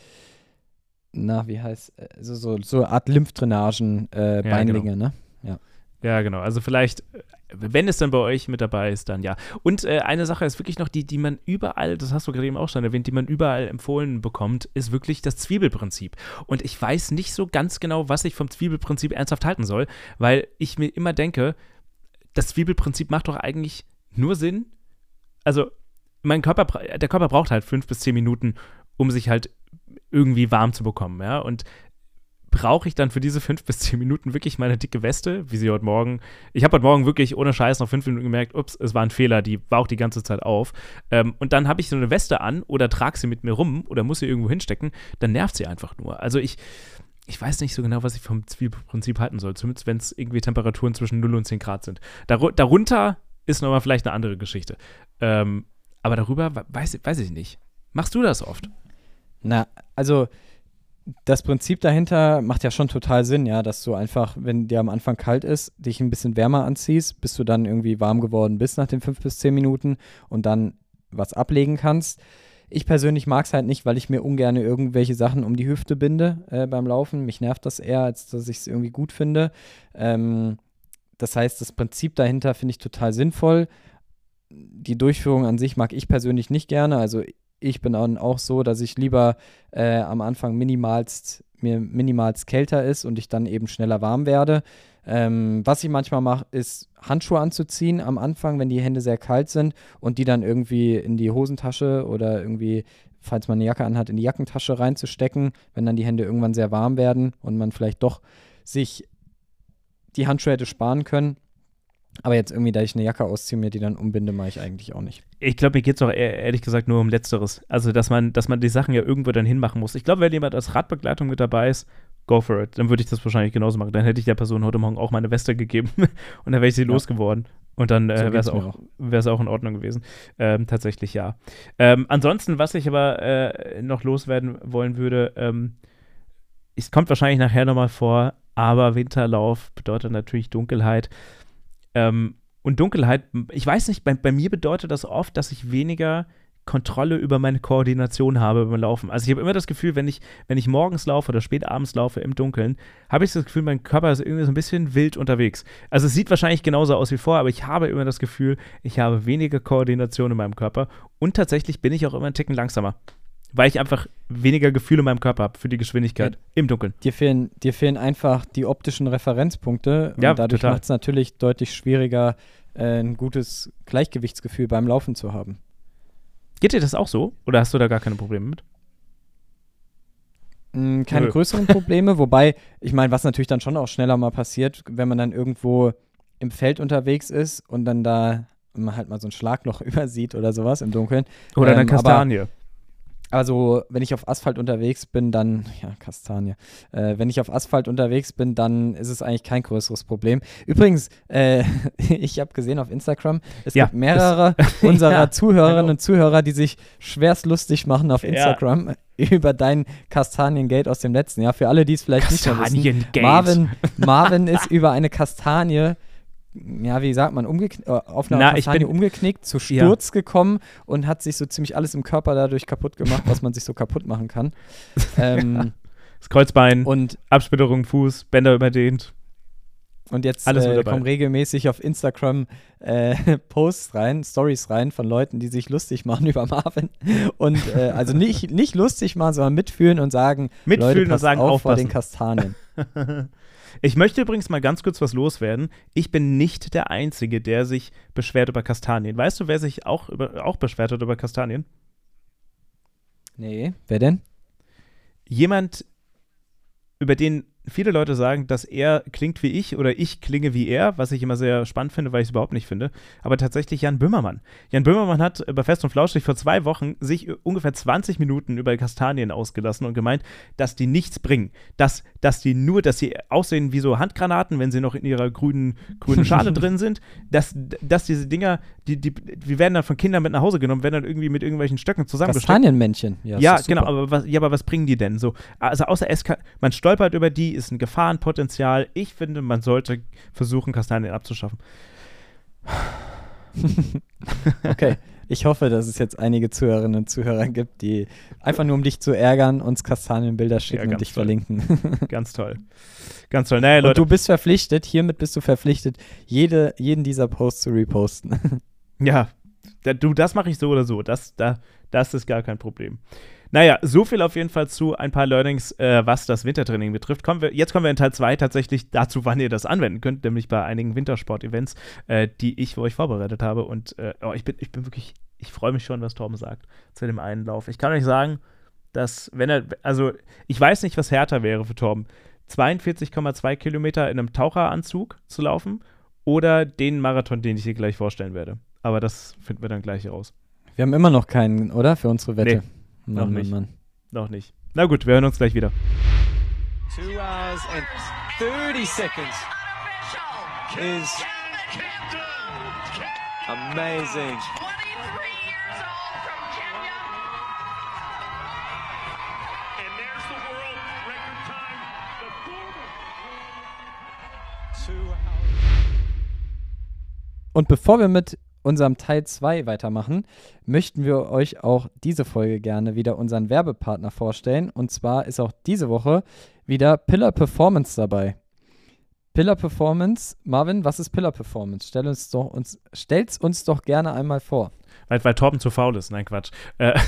na, wie heißt, so, so, so eine Art Lymphdrainagen, äh, Ja, Beinlinge, genau. ne? Ja. Ja, genau. Also vielleicht, wenn es dann bei euch mit dabei ist, dann ja. Und äh, eine Sache ist wirklich noch die, die man überall, das hast du gerade eben auch schon erwähnt, die man überall empfohlen bekommt, ist wirklich das Zwiebelprinzip. Und ich weiß nicht so ganz genau, was ich vom Zwiebelprinzip ernsthaft halten soll, weil ich mir immer denke, das Zwiebelprinzip macht doch eigentlich nur Sinn. Also, mein Körper, der Körper braucht halt fünf bis zehn Minuten, um sich halt irgendwie warm zu bekommen, ja. Und brauche ich dann für diese fünf bis zehn Minuten wirklich meine dicke Weste, wie sie heute Morgen, ich habe heute Morgen wirklich ohne Scheiß nach fünf Minuten gemerkt, ups, es war ein Fehler, die war auch die ganze Zeit auf. Ähm, und dann habe ich so eine Weste an oder trage sie mit mir rum oder muss sie irgendwo hinstecken, dann nervt sie einfach nur. Also ich Ich weiß nicht so genau, was ich vom Zwiebelprinzip halten soll, zumindest wenn es irgendwie Temperaturen zwischen null und zehn Grad sind. Dar- darunter ist nochmal vielleicht eine andere Geschichte. Ähm, aber darüber weiß, weiß ich nicht. Machst du das oft? Na, also das Prinzip dahinter macht ja schon total Sinn, ja, dass du einfach, wenn dir am Anfang kalt ist, dich ein bisschen wärmer anziehst, bis du dann irgendwie warm geworden bist nach den fünf bis zehn Minuten und dann was ablegen kannst. Ich persönlich mag es halt nicht, weil ich mir ungern irgendwelche Sachen um die Hüfte binde äh, beim Laufen. Mich nervt das eher, als dass ich es irgendwie gut finde. Ähm, das heißt, das Prinzip dahinter finde ich total sinnvoll. Die Durchführung an sich mag ich persönlich nicht gerne. Also ich bin dann auch so, dass ich lieber äh, am Anfang minimalst, mir minimalst kälter ist und ich dann eben schneller warm werde. Ähm, was ich manchmal mache, ist Handschuhe anzuziehen am Anfang, wenn die Hände sehr kalt sind und die dann irgendwie in die Hosentasche oder irgendwie, falls man eine Jacke anhat, in die Jackentasche reinzustecken, wenn dann die Hände irgendwann sehr warm werden und man vielleicht doch sich die Handschuhe hätte sparen können. Aber jetzt irgendwie, da ich eine Jacke ausziehe, mir die dann umbinde, mache ich eigentlich auch nicht. Ich glaube, mir geht es auch eher, ehrlich gesagt nur um Letzteres. Also, dass man, dass man die Sachen ja irgendwo dann hinmachen muss. Ich glaube, wenn jemand als Radbegleitung mit dabei ist, go for it. Dann würde ich das wahrscheinlich genauso machen. Dann hätte ich der Person heute Morgen auch meine Weste gegeben und dann wäre ich sie ja. losgeworden. Und dann äh, so wäre es auch, auch. auch in Ordnung gewesen. Ähm, tatsächlich ja. Ähm, ansonsten, was ich aber äh, noch loswerden wollen würde, ähm, es kommt wahrscheinlich nachher nochmal vor, aber Winterlauf bedeutet natürlich Dunkelheit. Ähm, und Dunkelheit, ich weiß nicht, bei, bei mir bedeutet das oft, dass ich weniger Kontrolle über meine Koordination habe beim Laufen. Also ich habe immer das Gefühl, wenn ich, wenn ich morgens laufe oder spät abends laufe im Dunkeln, habe ich das Gefühl, mein Körper ist irgendwie so ein bisschen wild unterwegs. Also es sieht wahrscheinlich genauso aus wie vorher, aber ich habe immer das Gefühl, ich habe weniger Koordination in meinem Körper und tatsächlich bin ich auch immer einen Ticken langsamer. Weil ich einfach weniger Gefühl in meinem Körper habe für die Geschwindigkeit ja. im Dunkeln. Dir fehlen, dir fehlen einfach die optischen Referenzpunkte und ja, dadurch macht es natürlich deutlich schwieriger, äh, ein gutes Gleichgewichtsgefühl beim Laufen zu haben. Geht dir das auch so? Oder hast du da gar keine Probleme mit? Mm, keine Nö. größeren Probleme, wobei, ich meine, was natürlich dann schon auch schneller mal passiert, wenn man dann irgendwo im Feld unterwegs ist und dann da man halt mal so ein Schlagloch übersieht oder sowas im Dunkeln. Oder ähm, eine Kastanie. Aber Also, wenn ich auf Asphalt unterwegs bin, dann, ja, Kastanie, äh, wenn ich auf Asphalt unterwegs bin, dann ist es eigentlich kein größeres Problem. Übrigens, äh, ich habe gesehen auf Instagram, es ja, gibt mehrere unserer ja, Zuhörerinnen und Zuhörer, die sich schwerst lustig machen auf Instagram ja. über dein Kastaniengate aus dem letzten Jahr. Für alle, die es vielleicht nicht mehr wissen, Marvin, Marvin ist über eine Kastanie ja, wie sagt man, umgekn- auf einer Na, Kastanie ich bin, umgeknickt, zu Sturz ja. gekommen und hat sich so ziemlich alles im Körper dadurch kaputt gemacht, was man sich so kaputt machen kann. ähm, das Kreuzbein, und Absplitterung, Fuß, Bänder überdehnt. Und jetzt Alles äh, mit dabei. kommen regelmäßig auf Instagram äh, Posts rein, Stories rein von Leuten, die sich lustig machen über Marvin. Und äh, also nicht, nicht lustig machen, sondern mitfühlen und sagen, Mitfühlen Leute, und passt sagen, auf vor aufpassen. den Kastanien. Ich möchte übrigens mal ganz kurz was loswerden. Ich bin nicht der Einzige, der sich beschwert über Kastanien. Weißt du, wer sich auch, über, auch beschwert hat über Kastanien? Nee, wer denn? Jemand, über den viele Leute sagen, dass er klingt wie ich oder ich klinge wie er, was ich immer sehr spannend finde, weil ich es überhaupt nicht finde, aber tatsächlich Jan Böhmermann. Jan Böhmermann hat bei Fest und Flauschig vor zwei Wochen sich ungefähr zwanzig Minuten über Kastanien ausgelassen und gemeint, dass die nichts bringen. Dass, dass die nur, dass sie aussehen wie so Handgranaten, wenn sie noch in ihrer grünen, grünen Schale drin sind, dass, dass diese Dinger, die, die, die werden dann von Kindern mit nach Hause genommen, werden dann irgendwie mit irgendwelchen Stöcken zusammengesteckt. Kastanienmännchen. Ja, Ja, ist doch genau, super. aber was, ja, aber was bringen die denn so? Also außer es kann, man stolpert über die, ist ein Gefahrenpotenzial. Ich finde, man sollte versuchen, Kastanien abzuschaffen. Okay, ich hoffe, dass es jetzt einige Zuhörerinnen und Zuhörer gibt, die einfach nur, um dich zu ärgern, uns Kastanienbilder schicken Ja, und dich toll. verlinken. Ganz toll. Ganz toll. Naja, Und Leute. du bist verpflichtet, hiermit bist du verpflichtet, jede, jeden dieser Posts zu reposten. Ja, da, du, das mache ich so oder so. Das, da, das ist gar kein Problem. Naja, so viel auf jeden Fall zu ein paar Learnings, äh, was das Wintertraining betrifft. Kommen wir, jetzt kommen wir in Teil zwei tatsächlich dazu, wann ihr das anwenden könnt, nämlich bei einigen Wintersport-Events, äh, die ich für euch vorbereitet habe. Und äh, oh, ich, bin, ich bin wirklich, ich freue mich schon, was Torben sagt zu dem einen Lauf. Ich kann euch sagen, dass, wenn er, also ich weiß nicht, was härter wäre für Torben, zweiundvierzig Komma zwei Kilometer in einem Taucheranzug zu laufen oder den Marathon, den ich dir gleich vorstellen werde. Aber das finden wir dann gleich heraus. Wir haben immer noch keinen, oder? Für unsere Wette. Nee, Mann, noch Mann, nicht. Mann. Noch nicht. Na gut, wir hören uns gleich wieder. Two hours and thirty seconds is amazing. Und bevor wir mit unserem Teil zwei weitermachen, möchten wir euch auch diese Folge gerne wieder unseren Werbepartner vorstellen. Und zwar ist auch diese Woche wieder Pillar Performance dabei. Pillar Performance, Marvin, was ist Pillar Performance? Stell uns doch, uns, stell's uns doch gerne einmal vor. Weil, weil Torben zu faul ist. Nein, Quatsch. Äh,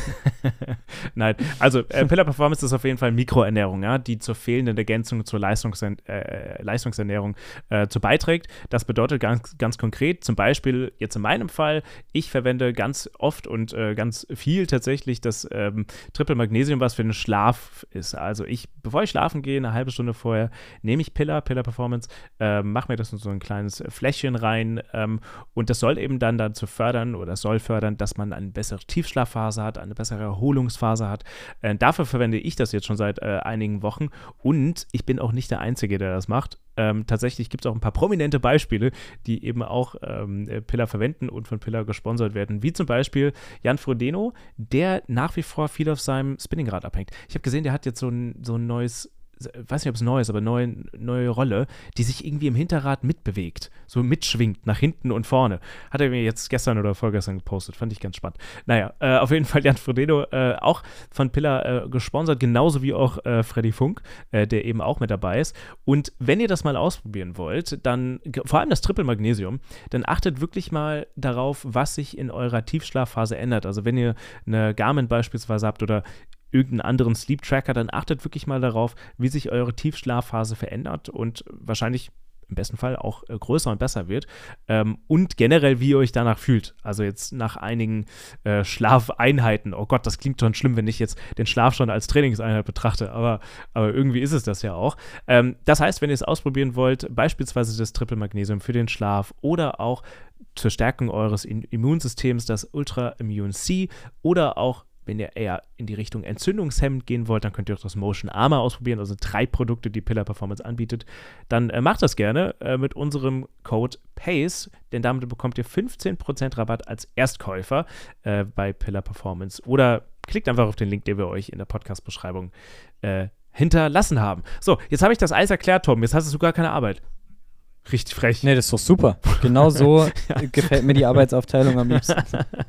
Nein, also äh, Pillar Performance ist auf jeden Fall Mikroernährung, ja, die zur fehlenden Ergänzung zur Leistungsern äh, Leistungsernährung äh, zu beiträgt. Das bedeutet ganz, ganz konkret, zum Beispiel jetzt in meinem Fall, ich verwende ganz oft und äh, ganz viel tatsächlich das ähm, Triple Magnesium, was für den Schlaf ist. Also ich, bevor ich schlafen gehe, eine halbe Stunde vorher, nehme ich Pillar, Pillar Performance, äh, mache mir das in so ein kleines Fläschchen rein ähm, und das soll eben dann dazu fördern oder soll fördern, dass man eine bessere Tiefschlafphase hat, eine bessere Erholungsphase hat. Äh, dafür verwende ich das jetzt schon seit äh, einigen Wochen und ich bin auch nicht der Einzige, der das macht. Ähm, tatsächlich gibt es auch ein paar prominente Beispiele, die eben auch ähm, Pillar verwenden und von Pillar gesponsert werden, wie zum Beispiel Jan Frodeno, der nach wie vor viel auf seinem Spinningrad abhängt. Ich habe gesehen, der hat jetzt so ein, so ein neues, weiß nicht, ob es neu ist, aber neue, neue Rolle, die sich irgendwie im Hinterrad mitbewegt, so mitschwingt, nach hinten und vorne. Hat er mir jetzt gestern oder vorgestern gepostet, fand ich ganz spannend. Naja, äh, auf jeden Fall Jan Frodeno, äh, auch von Pillar äh, gesponsert, genauso wie auch äh, Freddy Funk, äh, der eben auch mit dabei ist. Und wenn ihr das mal ausprobieren wollt, dann, vor allem das Triple Magnesium, dann achtet wirklich mal darauf, was sich in eurer Tiefschlafphase ändert. Also wenn ihr eine Garmin beispielsweise habt oder irgendeinen anderen Sleep-Tracker, dann achtet wirklich mal darauf, wie sich eure Tiefschlafphase verändert und wahrscheinlich im besten Fall auch äh, größer und besser wird ähm, und generell, wie ihr euch danach fühlt. Also jetzt nach einigen äh, Schlafeinheiten. Oh Gott, das klingt schon schlimm, wenn ich jetzt den Schlaf schon als Trainingseinheit betrachte, aber, aber irgendwie ist es das ja auch. Ähm, das heißt, wenn ihr es ausprobieren wollt, beispielsweise das Triple Magnesium für den Schlaf oder auch zur Stärkung eures Immunsystems das Ultra Immune C oder auch wenn ihr eher in die Richtung entzündungshemmend gehen wollt, dann könnt ihr auch das Motion Armor ausprobieren, also drei Produkte, die Pillar Performance anbietet. Dann äh, macht das gerne äh, mit unserem Code PACE, denn damit bekommt ihr fünfzehn Prozent Rabatt als Erstkäufer äh, bei Pillar Performance. Oder klickt einfach auf den Link, den wir euch in der Podcast-Beschreibung äh, hinterlassen haben. So, jetzt habe ich das alles erklärt, Tom. Jetzt hast du gar keine Arbeit. Richtig frech. Nee, das ist doch super. Genau so Ja. gefällt mir die Arbeitsaufteilung am liebsten.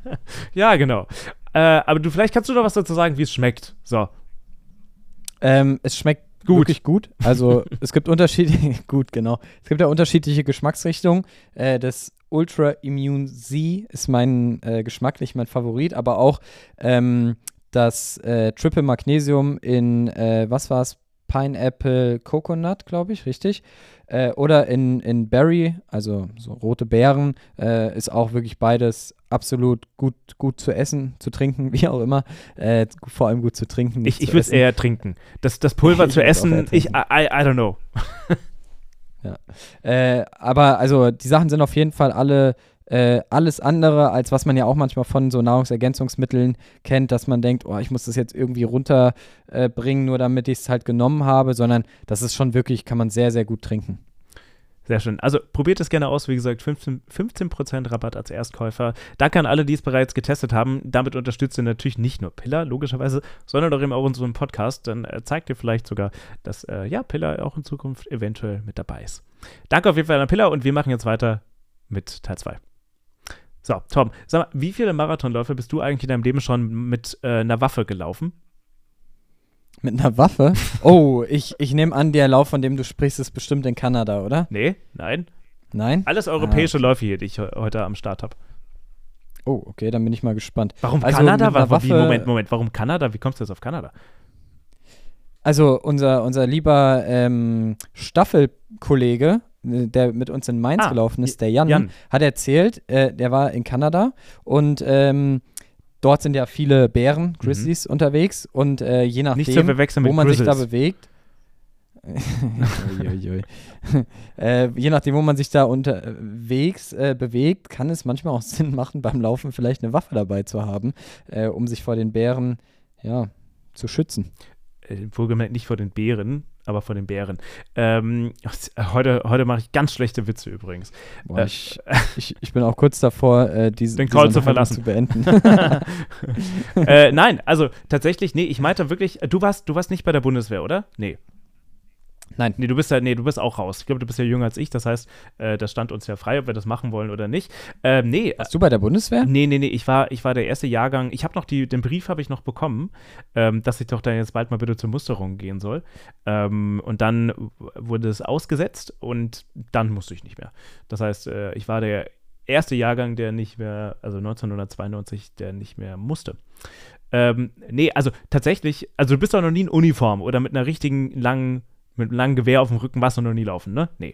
Ja, genau. Äh, aber du, vielleicht kannst du doch was dazu sagen, wie es schmeckt. So. Ähm, es schmeckt Gut. Wirklich gut. Also es gibt unterschiedliche, gut, genau. Es gibt ja unterschiedliche Geschmacksrichtungen. Äh, das Ultra Immune Z ist mein äh, geschmacklich mein Favorit, aber auch ähm, das äh, Triple Magnesium in, äh, was war es? Pineapple Coconut, glaube ich, richtig? Äh, oder in, in Berry, also so rote Beeren, äh, ist auch wirklich beides absolut gut, gut zu essen, zu trinken, wie auch immer. Äh, vor allem gut zu trinken. Ich, ich würde es eher trinken. Das, das Pulver Ich zu würd's auch essen, eher ich, trinken. I, I don't know. Ja. Äh, aber also die Sachen sind auf jeden Fall alle äh, alles andere, als was man ja auch manchmal von so Nahrungsergänzungsmitteln kennt, dass man denkt, oh, ich muss das jetzt irgendwie runterbringen, äh, nur damit ich es halt genommen habe, sondern das ist schon wirklich, kann man sehr, sehr gut trinken. Sehr schön. Also probiert es gerne aus. Wie gesagt, fünfzehn Prozent Rabatt als Erstkäufer. Danke an alle, die es bereits getestet haben. Damit unterstützt ihr natürlich nicht nur Pillar, logischerweise, sondern auch eben auch unseren Podcast. Dann äh, zeigt ihr vielleicht sogar, dass äh, ja, Pillar auch in Zukunft eventuell mit dabei ist. Danke auf jeden Fall an Pillar und wir machen jetzt weiter mit Teil zwei. So, Tom, sag mal, wie viele Marathonläufe bist du eigentlich in deinem Leben schon mit äh, einer Waffe gelaufen? Mit einer Waffe? Oh, ich, ich nehme an, der Lauf, von dem du sprichst, ist bestimmt in Kanada, oder? Nee, nein. Nein? Alles europäische ah. Läufe hier, die ich he- heute am Start habe. Oh, okay, dann bin ich mal gespannt. Warum also Kanada? mit einer Warum, wie, Waffe, Moment, Moment, warum Kanada? Wie kommst du jetzt auf Kanada? Also unser, unser lieber ähm, Staffelkollege, äh, der mit uns in Mainz Ah, gelaufen ist, der Jan, Jan. hat erzählt, äh, der war in Kanada und ähm, dort sind ja viele Bären, Grizzlies unterwegs und äh, je Nicht zu nachdem, verwechseln wo mit man sich da Grizzlies. bewegt, Uiuiui. äh, je nachdem, wo man sich da unterwegs äh, bewegt, kann es manchmal auch Sinn machen, beim Laufen vielleicht eine Waffe dabei zu haben, äh, um sich vor den Bären, ja, zu schützen. Äh, wohlgemerkt nicht vor den Bären, aber vor den Bären. Ähm, heute heute mache ich ganz schlechte Witze übrigens. Boah, Äh, ich, ich, ich bin auch kurz davor, äh, diese, Den diese Call zu Unterhaltung verlassen. zu beenden. äh, nein, also tatsächlich, nee, ich meinte wirklich, du warst, du warst nicht bei der Bundeswehr, oder? Nee. Nein. Nee, du bist ja, nee, du bist auch raus. Ich glaube, du bist ja jünger als ich, das heißt, äh, das stand uns ja frei, ob wir das machen wollen oder nicht. Ähm, nee, Warst du bei der Bundeswehr? Nee, nee, nee, ich war, ich war der erste Jahrgang. Ich habe noch die, den Brief habe ich noch bekommen, ähm, dass ich doch da jetzt bald mal bitte zur Musterung gehen soll. Ähm, und dann w- wurde es ausgesetzt und dann musste ich nicht mehr. Das heißt, äh, ich war der erste Jahrgang, der nicht mehr, also neunzehnhundertzweiundneunzig, der nicht mehr musste. Ähm, nee, also tatsächlich, also du bist doch noch nie in Uniform oder mit einer richtigen langen, mit einem langen Gewehr auf dem Rücken warst du noch nie laufen, ne? Nee.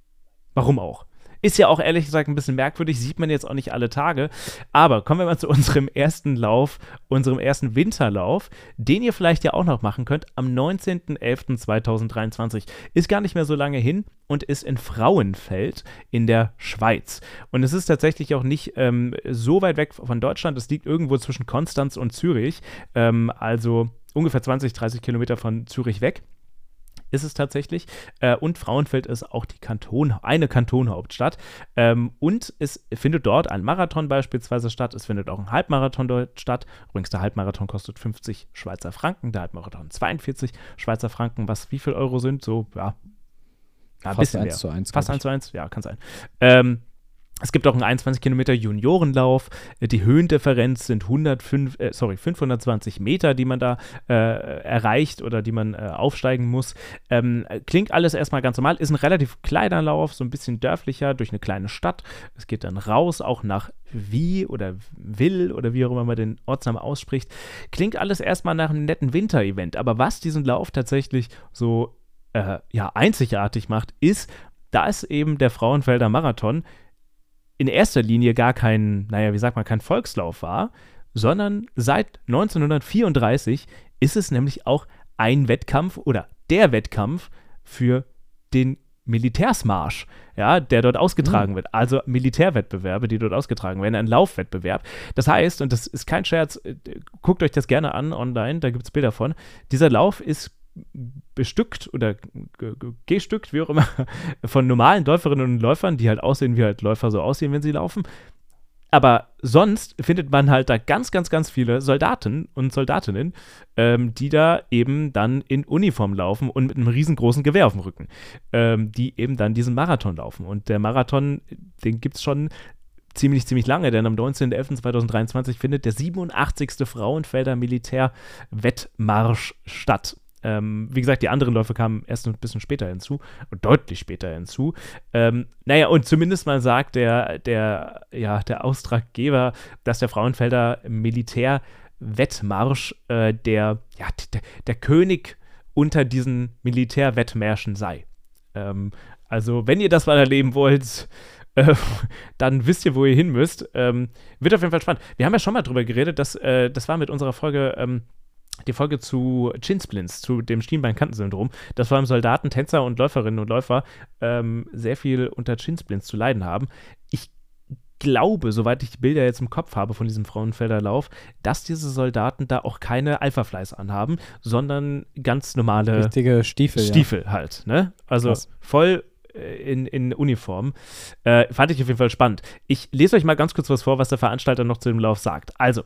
Warum auch? Ist ja auch ehrlich gesagt ein bisschen merkwürdig, sieht man jetzt auch nicht alle Tage. Aber kommen wir mal zu unserem ersten Lauf, unserem ersten Winterlauf, den ihr vielleicht ja auch noch machen könnt am neunzehnten elften zweitausenddreiundzwanzig. Ist gar nicht mehr so lange hin und ist in Frauenfeld in der Schweiz. Und es ist tatsächlich auch nicht ähm, so weit weg von Deutschland. Es liegt irgendwo zwischen Konstanz und Zürich, ähm, also ungefähr zwanzig, dreißig Kilometer von Zürich weg. Ist es tatsächlich. Äh, und Frauenfeld ist auch die Kanton, eine Kantonhauptstadt. Ähm, und es findet dort ein Marathon beispielsweise statt. Es findet auch ein Halbmarathon dort statt. Übrigens, der Halbmarathon kostet fünfzig Schweizer Franken, der Halbmarathon zweiundvierzig Schweizer Franken. Was, wie viel Euro sind? So, ja. ja ein Fast bisschen eins mehr. zu eins, Fast glaub eins zu eins? Ja, kann sein. Ähm, Es gibt auch einen einundzwanzig Kilometer Juniorenlauf. Die Höhendifferenz sind hundertfünf, äh, sorry, fünfhundertzwanzig Meter, die man da äh, erreicht oder die man äh, aufsteigen muss. Ähm, klingt alles erstmal ganz normal. Ist ein relativ kleiner Lauf, so ein bisschen dörflicher durch eine kleine Stadt. Es geht dann raus, auch nach Wie oder Will oder wie auch immer man den Ortsnamen ausspricht. Klingt alles erstmal nach einem netten Winter-Event. Aber was diesen Lauf tatsächlich so äh, ja, einzigartig macht, ist, da ist eben der Frauenfelder Marathon in erster Linie gar kein, naja, wie sagt man, kein Volkslauf war, sondern seit neunzehnhundertvierunddreißig ist es nämlich auch ein Wettkampf oder der Wettkampf für den Militärsmarsch, ja, der dort ausgetragen mhm. wird. Also Militärwettbewerbe, die dort ausgetragen werden, ein Laufwettbewerb. Das heißt, und das ist kein Scherz, guckt euch das gerne an online, da gibt es Bilder von, dieser Lauf ist bestückt oder g- g- gestückt, wie auch immer, von normalen Läuferinnen und Läufern, die halt aussehen, wie halt Läufer so aussehen, wenn sie laufen. Aber sonst findet man halt da ganz, ganz, ganz viele Soldaten und Soldatinnen, ähm, die da eben dann in Uniform laufen und mit einem riesengroßen Gewehr auf dem Rücken, ähm, die eben dann diesen Marathon laufen. Und der Marathon, den gibt es schon ziemlich, ziemlich lange, denn am neunzehnten elften zweitausenddreiundzwanzig findet der siebenundachtzigste Frauenfelder Militärwettmarsch statt. Ähm, wie gesagt, die anderen Läufe kamen erst ein bisschen später hinzu, deutlich später hinzu. Ähm, naja, und zumindest mal sagt der, der, ja, der Auftraggeber, dass der Frauenfelder Militärwettmarsch äh, der, ja, der, der König unter diesen Militärwettmärschen sei. Ähm, also, wenn ihr das mal erleben wollt, äh, dann wisst ihr, wo ihr hin müsst. Ähm, wird auf jeden Fall spannend. Wir haben ja schon mal drüber geredet, dass, äh, das war mit unserer Folge, ähm, die Folge zu Chinsplints, zu dem Schienbein-Kanten-Syndrom, dass vor allem Soldaten, Tänzer und Läuferinnen und Läufer ähm, sehr viel unter Chinsplints zu leiden haben. Ich glaube, soweit ich die Bilder jetzt im Kopf habe von diesem Frauenfelder Lauf, dass diese Soldaten da auch keine Alpha-Flies anhaben, sondern ganz normale richtige Stiefel, Stiefel ja. halt, ne? Also Krass. voll in, in Uniform. Äh, fand ich auf jeden Fall spannend. Ich lese euch mal ganz kurz was vor, was der Veranstalter noch zu dem Lauf sagt. Also,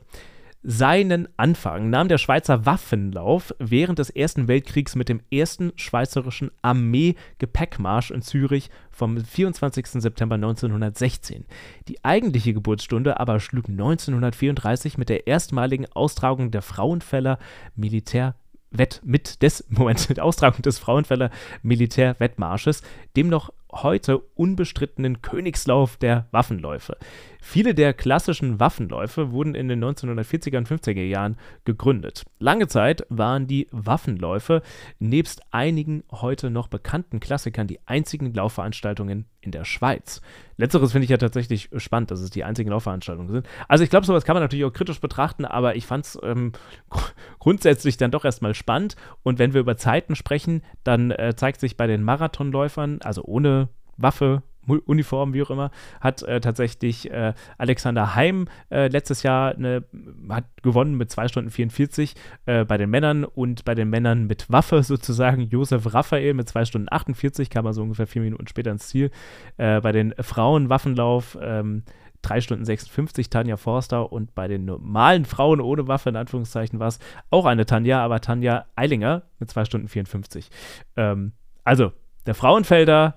seinen Anfang nahm der Schweizer Waffenlauf während des Ersten Weltkriegs mit dem ersten schweizerischen Armee-Gepäckmarsch in Zürich vom vierundzwanzigsten September neunzehnhundertsechzehn. Die eigentliche Geburtsstunde aber schlug neunzehnhundertvierunddreißig mit der erstmaligen Austragung der Frauenfelder Militär Wett mit des Moment mit Austragung des Frauenfelder Militärwettmarsches, dem noch heute unbestrittenen Königslauf der Waffenläufe. Viele der klassischen Waffenläufe wurden in den neunzehnhundertvierziger und fünfziger Jahren gegründet. Lange Zeit waren die Waffenläufe nebst einigen heute noch bekannten Klassikern die einzigen Laufveranstaltungen in der Schweiz. Letzteres finde ich ja tatsächlich spannend, dass es die einzigen Laufveranstaltungen sind. Also ich glaube, sowas kann man natürlich auch kritisch betrachten, aber ich fand es ähm, gr- grundsätzlich dann doch erstmal spannend. Und wenn wir über Zeiten sprechen, dann äh, zeigt sich bei den Marathonläufern, also ohne Waffe, Uniform, wie auch immer, hat äh, tatsächlich äh, Alexander Heim äh, letztes Jahr eine, hat gewonnen mit zwei Stunden vierundvierzig äh, bei den Männern und bei den Männern mit Waffe sozusagen Josef Raphael mit zwei Stunden achtundvierzig, kam also ungefähr vier Minuten später ins Ziel. Äh, bei den Frauen Waffenlauf ähm, drei Stunden sechsundfünfzig, Tanja Forster, und bei den normalen Frauen ohne Waffe, in Anführungszeichen, war es auch eine Tanja, aber Tanja Eilinger mit zwei Stunden vierundfünfzig. Ähm, also, der Frauenfelder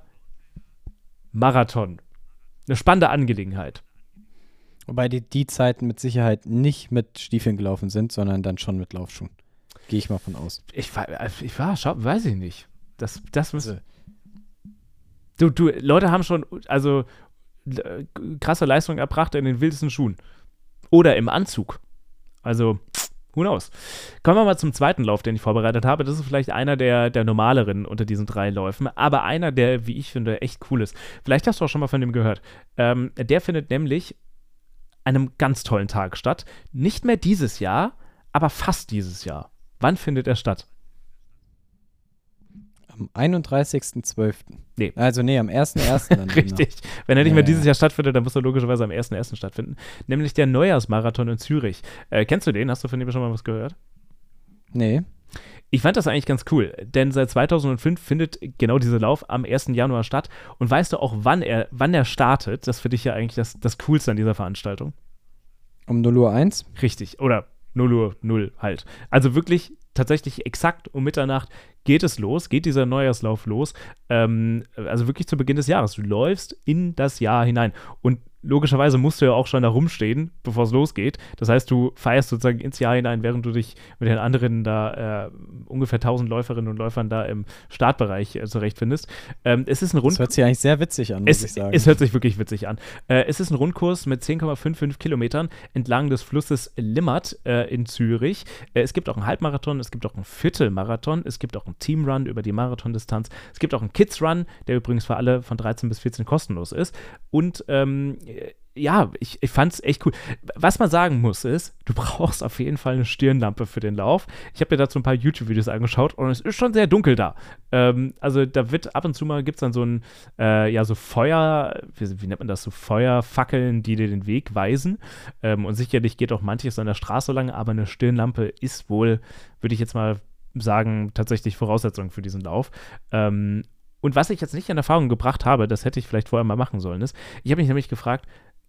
Marathon. Eine spannende Angelegenheit. Wobei die, die Zeiten mit Sicherheit nicht mit Stiefeln gelaufen sind, sondern dann schon mit Laufschuhen. Gehe ich mal von aus. Ich war, ich war, schau, weiß ich nicht. Das, das müsste. Du, du, Leute haben schon, also äh, krasse Leistung erbracht in den wildesten Schuhen. Oder im Anzug. Also, who knows? Kommen wir mal zum zweiten Lauf, den ich vorbereitet habe. Das ist vielleicht einer der, der normaleren unter diesen drei Läufen, aber einer, der, wie ich finde, echt cool ist. Vielleicht hast du auch schon mal von dem gehört. Ähm, der findet nämlich an einem ganz tollen Tag statt. Nicht mehr dieses Jahr, aber fast dieses Jahr. Wann findet er statt? Am einunddreißigsten zwölften Nee. Also nee, am ersten ersten Richtig. Wenn er nicht ja, mehr dieses ja. Jahr stattfindet, dann muss er logischerweise am ersten ersten stattfinden. Nämlich der Neujahrsmarathon in Zürich. Äh, kennst du den? Hast du von dem schon mal was gehört? Nee. Ich fand das eigentlich ganz cool, denn seit zweitausendfünf findet genau dieser Lauf am ersten Januar statt. Und weißt du auch, wann er, wann er startet? Das finde ich ja eigentlich das, das Coolste an dieser Veranstaltung. Um null Uhr eins? Richtig. Oder null Uhr null halt. Also wirklich tatsächlich exakt um Mitternacht geht es los, geht dieser Neujahrslauf los. Ähm, also wirklich zu Beginn des Jahres. Du läufst in das Jahr hinein. Und logischerweise musst du ja auch schon da rumstehen, bevor es losgeht. Das heißt, du feierst sozusagen ins Jahr hinein, während du dich mit den anderen da äh, ungefähr tausend Läuferinnen und Läufern da im Startbereich äh, zurechtfindest. Ähm, es ist ein Rund- Das hört sich eigentlich sehr witzig an, muss es, ich sagen. Es hört sich wirklich witzig an. Äh, es ist ein Rundkurs mit zehn Komma fünfundfünfzig Kilometern entlang des Flusses Limmat äh, in Zürich. Äh, es gibt auch einen Halbmarathon, es gibt auch einen Viertelmarathon, es gibt auch einen Teamrun über die Marathondistanz, es gibt auch einen Kids-Run, der übrigens für alle von dreizehn bis vierzehn kostenlos ist. Und ähm, ja, ich, ich fand es echt cool. Was man sagen muss ist, du brauchst auf jeden Fall eine Stirnlampe für den Lauf. Ich habe mir dazu ein paar YouTube-Videos angeschaut und es ist schon sehr dunkel da. Ähm, also da wird ab und zu mal, gibt es dann so ein, äh, ja, so Feuer, wie, wie nennt man das, so Feuerfackeln, die dir den Weg weisen. Ähm, und sicherlich geht auch manches an der Straße lang, aber eine Stirnlampe ist wohl, würde ich jetzt mal sagen, tatsächlich Voraussetzung für diesen Lauf. Ähm, und was ich jetzt nicht in Erfahrung gebracht habe, das hätte ich vielleicht vorher mal machen sollen, ist, ich habe mich nämlich gefragt,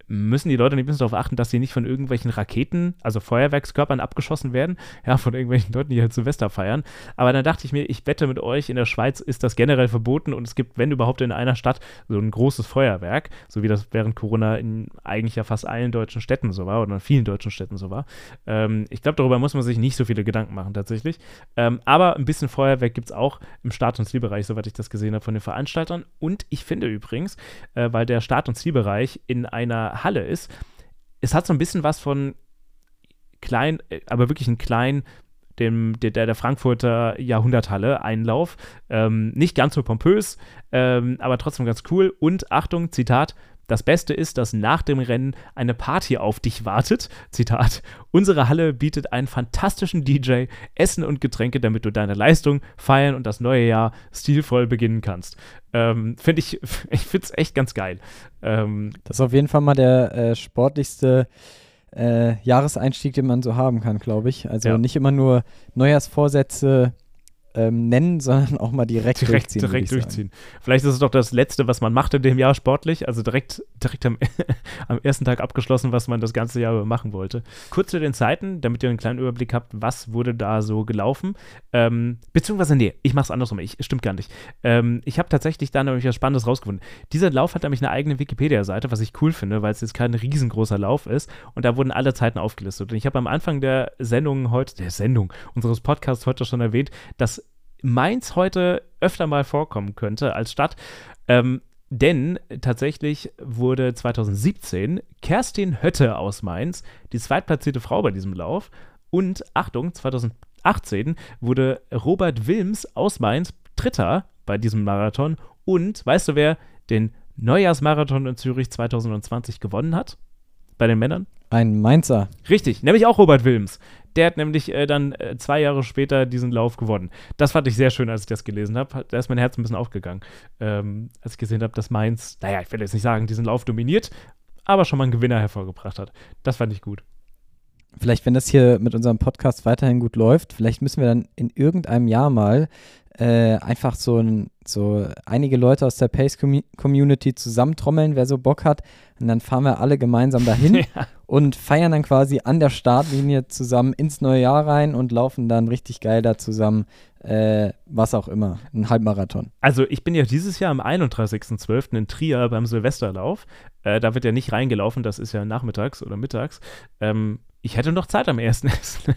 müssen die Leute ein bisschen darauf achten, dass sie nicht von irgendwelchen Raketen, also Feuerwerkskörpern abgeschossen werden, ja, von irgendwelchen Leuten, die halt Silvester feiern. Aber dann dachte ich mir, ich wette mit euch, in der Schweiz ist das generell verboten und es gibt, wenn überhaupt in einer Stadt, so ein großes Feuerwerk, so wie das während Corona in eigentlich ja fast allen deutschen Städten so war oder in vielen deutschen Städten so war. Ähm, ich glaube, darüber muss man sich nicht so viele Gedanken machen tatsächlich. Ähm, aber ein bisschen Feuerwerk gibt es auch im Start- und Zielbereich, soweit ich das gesehen habe von den Veranstaltern. Und ich finde übrigens, äh, weil der Start- und Zielbereich in einer Halle ist. Es hat so ein bisschen was von klein, aber wirklich ein klein, dem, der, der Frankfurter Jahrhunderthalle Einlauf. Ähm, nicht ganz so pompös, ähm, aber trotzdem ganz cool. Und Achtung, Zitat, das Beste ist, dass nach dem Rennen eine Party auf dich wartet. Zitat, unsere Halle bietet einen fantastischen D J, Essen und Getränke, damit du deine Leistung feiern und das neue Jahr stilvoll beginnen kannst. Ähm, finde ich, ich finde es echt ganz geil. Ähm, das ist auf jeden Fall mal der äh, sportlichste äh, Jahreseinstieg, den man so haben kann, glaube ich. Also ja. nicht immer nur Neujahrsvorsätze Ähm, nennen, sondern auch mal direkt, direkt durchziehen. Direkt durchziehen. Vielleicht ist es doch das Letzte, was man macht in dem Jahr sportlich, also direkt, direkt am, am ersten Tag abgeschlossen, was man das ganze Jahr über machen wollte. Kurz zu den Zeiten, damit ihr einen kleinen Überblick habt, was wurde da so gelaufen. Ähm, beziehungsweise, nee, ich mach's andersrum, ich, stimmt gar nicht. Ähm, ich habe tatsächlich da nämlich was Spannendes rausgefunden. Dieser Lauf hat nämlich eine eigene Wikipedia-Seite, was ich cool finde, weil es jetzt kein riesengroßer Lauf ist und da wurden alle Zeiten aufgelistet. Und ich habe am Anfang der Sendung heute, der Sendung, unseres Podcasts heute schon erwähnt, dass Mainz heute öfter mal vorkommen könnte als Stadt, ähm, denn tatsächlich wurde zwanzig siebzehn Kerstin Hötte aus Mainz die zweitplatzierte Frau bei diesem Lauf und, Achtung, zwanzig achtzehn wurde Robert Wilms aus Mainz Dritter bei diesem Marathon und, weißt du, wer den Neujahrsmarathon in Zürich zwanzig zwanzig gewonnen hat? Bei den Männern? Ein Mainzer. Richtig, nämlich auch Robert Wilms. Der hat nämlich äh, dann äh, zwei Jahre später diesen Lauf gewonnen. Das fand ich sehr schön, als ich das gelesen habe. Da ist mein Herz ein bisschen aufgegangen, ähm, als ich gesehen habe, dass Mainz, naja, ich will jetzt nicht sagen, diesen Lauf dominiert, aber schon mal einen Gewinner hervorgebracht hat. Das fand ich gut. Vielleicht, wenn das hier mit unserem Podcast weiterhin gut läuft, vielleicht müssen wir dann in irgendeinem Jahr mal äh, einfach so, ein, so einige Leute aus der Pace-Community zusammentrommeln, wer so Bock hat. Und dann fahren wir alle gemeinsam dahin ja. und feiern dann quasi an der Startlinie zusammen ins neue Jahr rein und laufen dann richtig geil da zusammen, äh, was auch immer, ein Halbmarathon. Also ich bin ja dieses Jahr am einunddreißigsten zwölften in Trier beim Silvesterlauf. Äh, da wird ja nicht reingelaufen, das ist ja nachmittags oder mittags. Ähm, ich hätte noch Zeit am ersten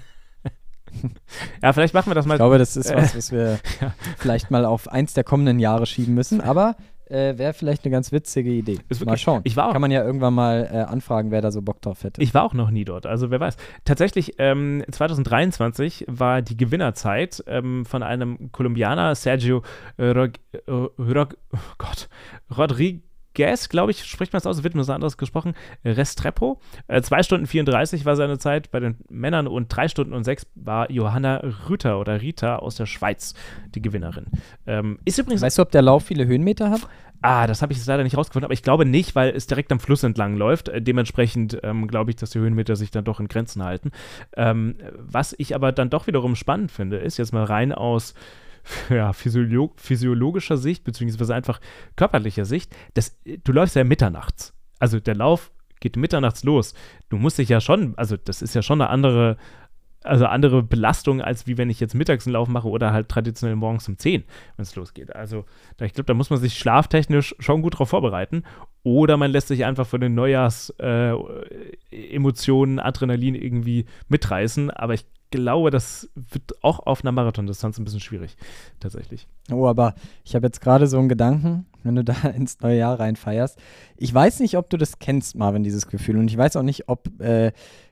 Ja, vielleicht machen wir das mal. Ich glaube, das ist was, was wir ja. vielleicht mal auf eins der kommenden Jahre schieben müssen, aber äh, wäre vielleicht eine ganz witzige Idee. Wirklich, mal schauen. Ich war auch, Kann man ja irgendwann mal äh, anfragen, wer da so Bock drauf hätte. Ich war auch noch nie dort, also wer weiß. Tatsächlich, ähm, zwanzig dreiundzwanzig war die Gewinnerzeit ähm, von einem Kolumbianer, Sergio äh, Rog, äh, Rog, oh Gott, Rodriguez, glaube ich, spricht man es aus, wird nur so anderes gesprochen, Restrepo. Äh, zwei Stunden vierunddreißig war seine Zeit bei den Männern und drei Stunden und sechs war Johanna Rüther oder Rita aus der Schweiz, die Gewinnerin. Ähm, ist übrigens. Weißt du, ob der Lauf viele Höhenmeter hat? Ah, das habe ich jetzt leider nicht rausgefunden, aber ich glaube nicht, weil es direkt am Fluss entlang läuft. Äh, dementsprechend ähm, glaube ich, dass die Höhenmeter sich dann doch in Grenzen halten. Ähm, was ich aber dann doch wiederum spannend finde, ist jetzt mal rein aus ja, physiolo- physiologischer Sicht, beziehungsweise einfach körperlicher Sicht, das, du läufst ja mitternachts. Also der Lauf geht mitternachts los. Du musst dich ja schon, also das ist ja schon eine andere, also andere Belastung, als wie wenn ich jetzt mittags einen Lauf mache oder halt traditionell morgens um zehn, wenn es losgeht. Also ich glaube, da muss man sich schlaftechnisch schon gut drauf vorbereiten. Oder man lässt sich einfach von den Neujahrs-Emotionen, äh, Adrenalin irgendwie mitreißen. Aber ich glaube, das wird auch auf einer Marathondistanz ein bisschen schwierig, tatsächlich. Oh, aber ich habe jetzt gerade so einen Gedanken, wenn du da ins neue Jahr reinfeierst. Ich weiß nicht, ob du das kennst, Marvin, dieses Gefühl. Und ich weiß auch nicht, ob äh,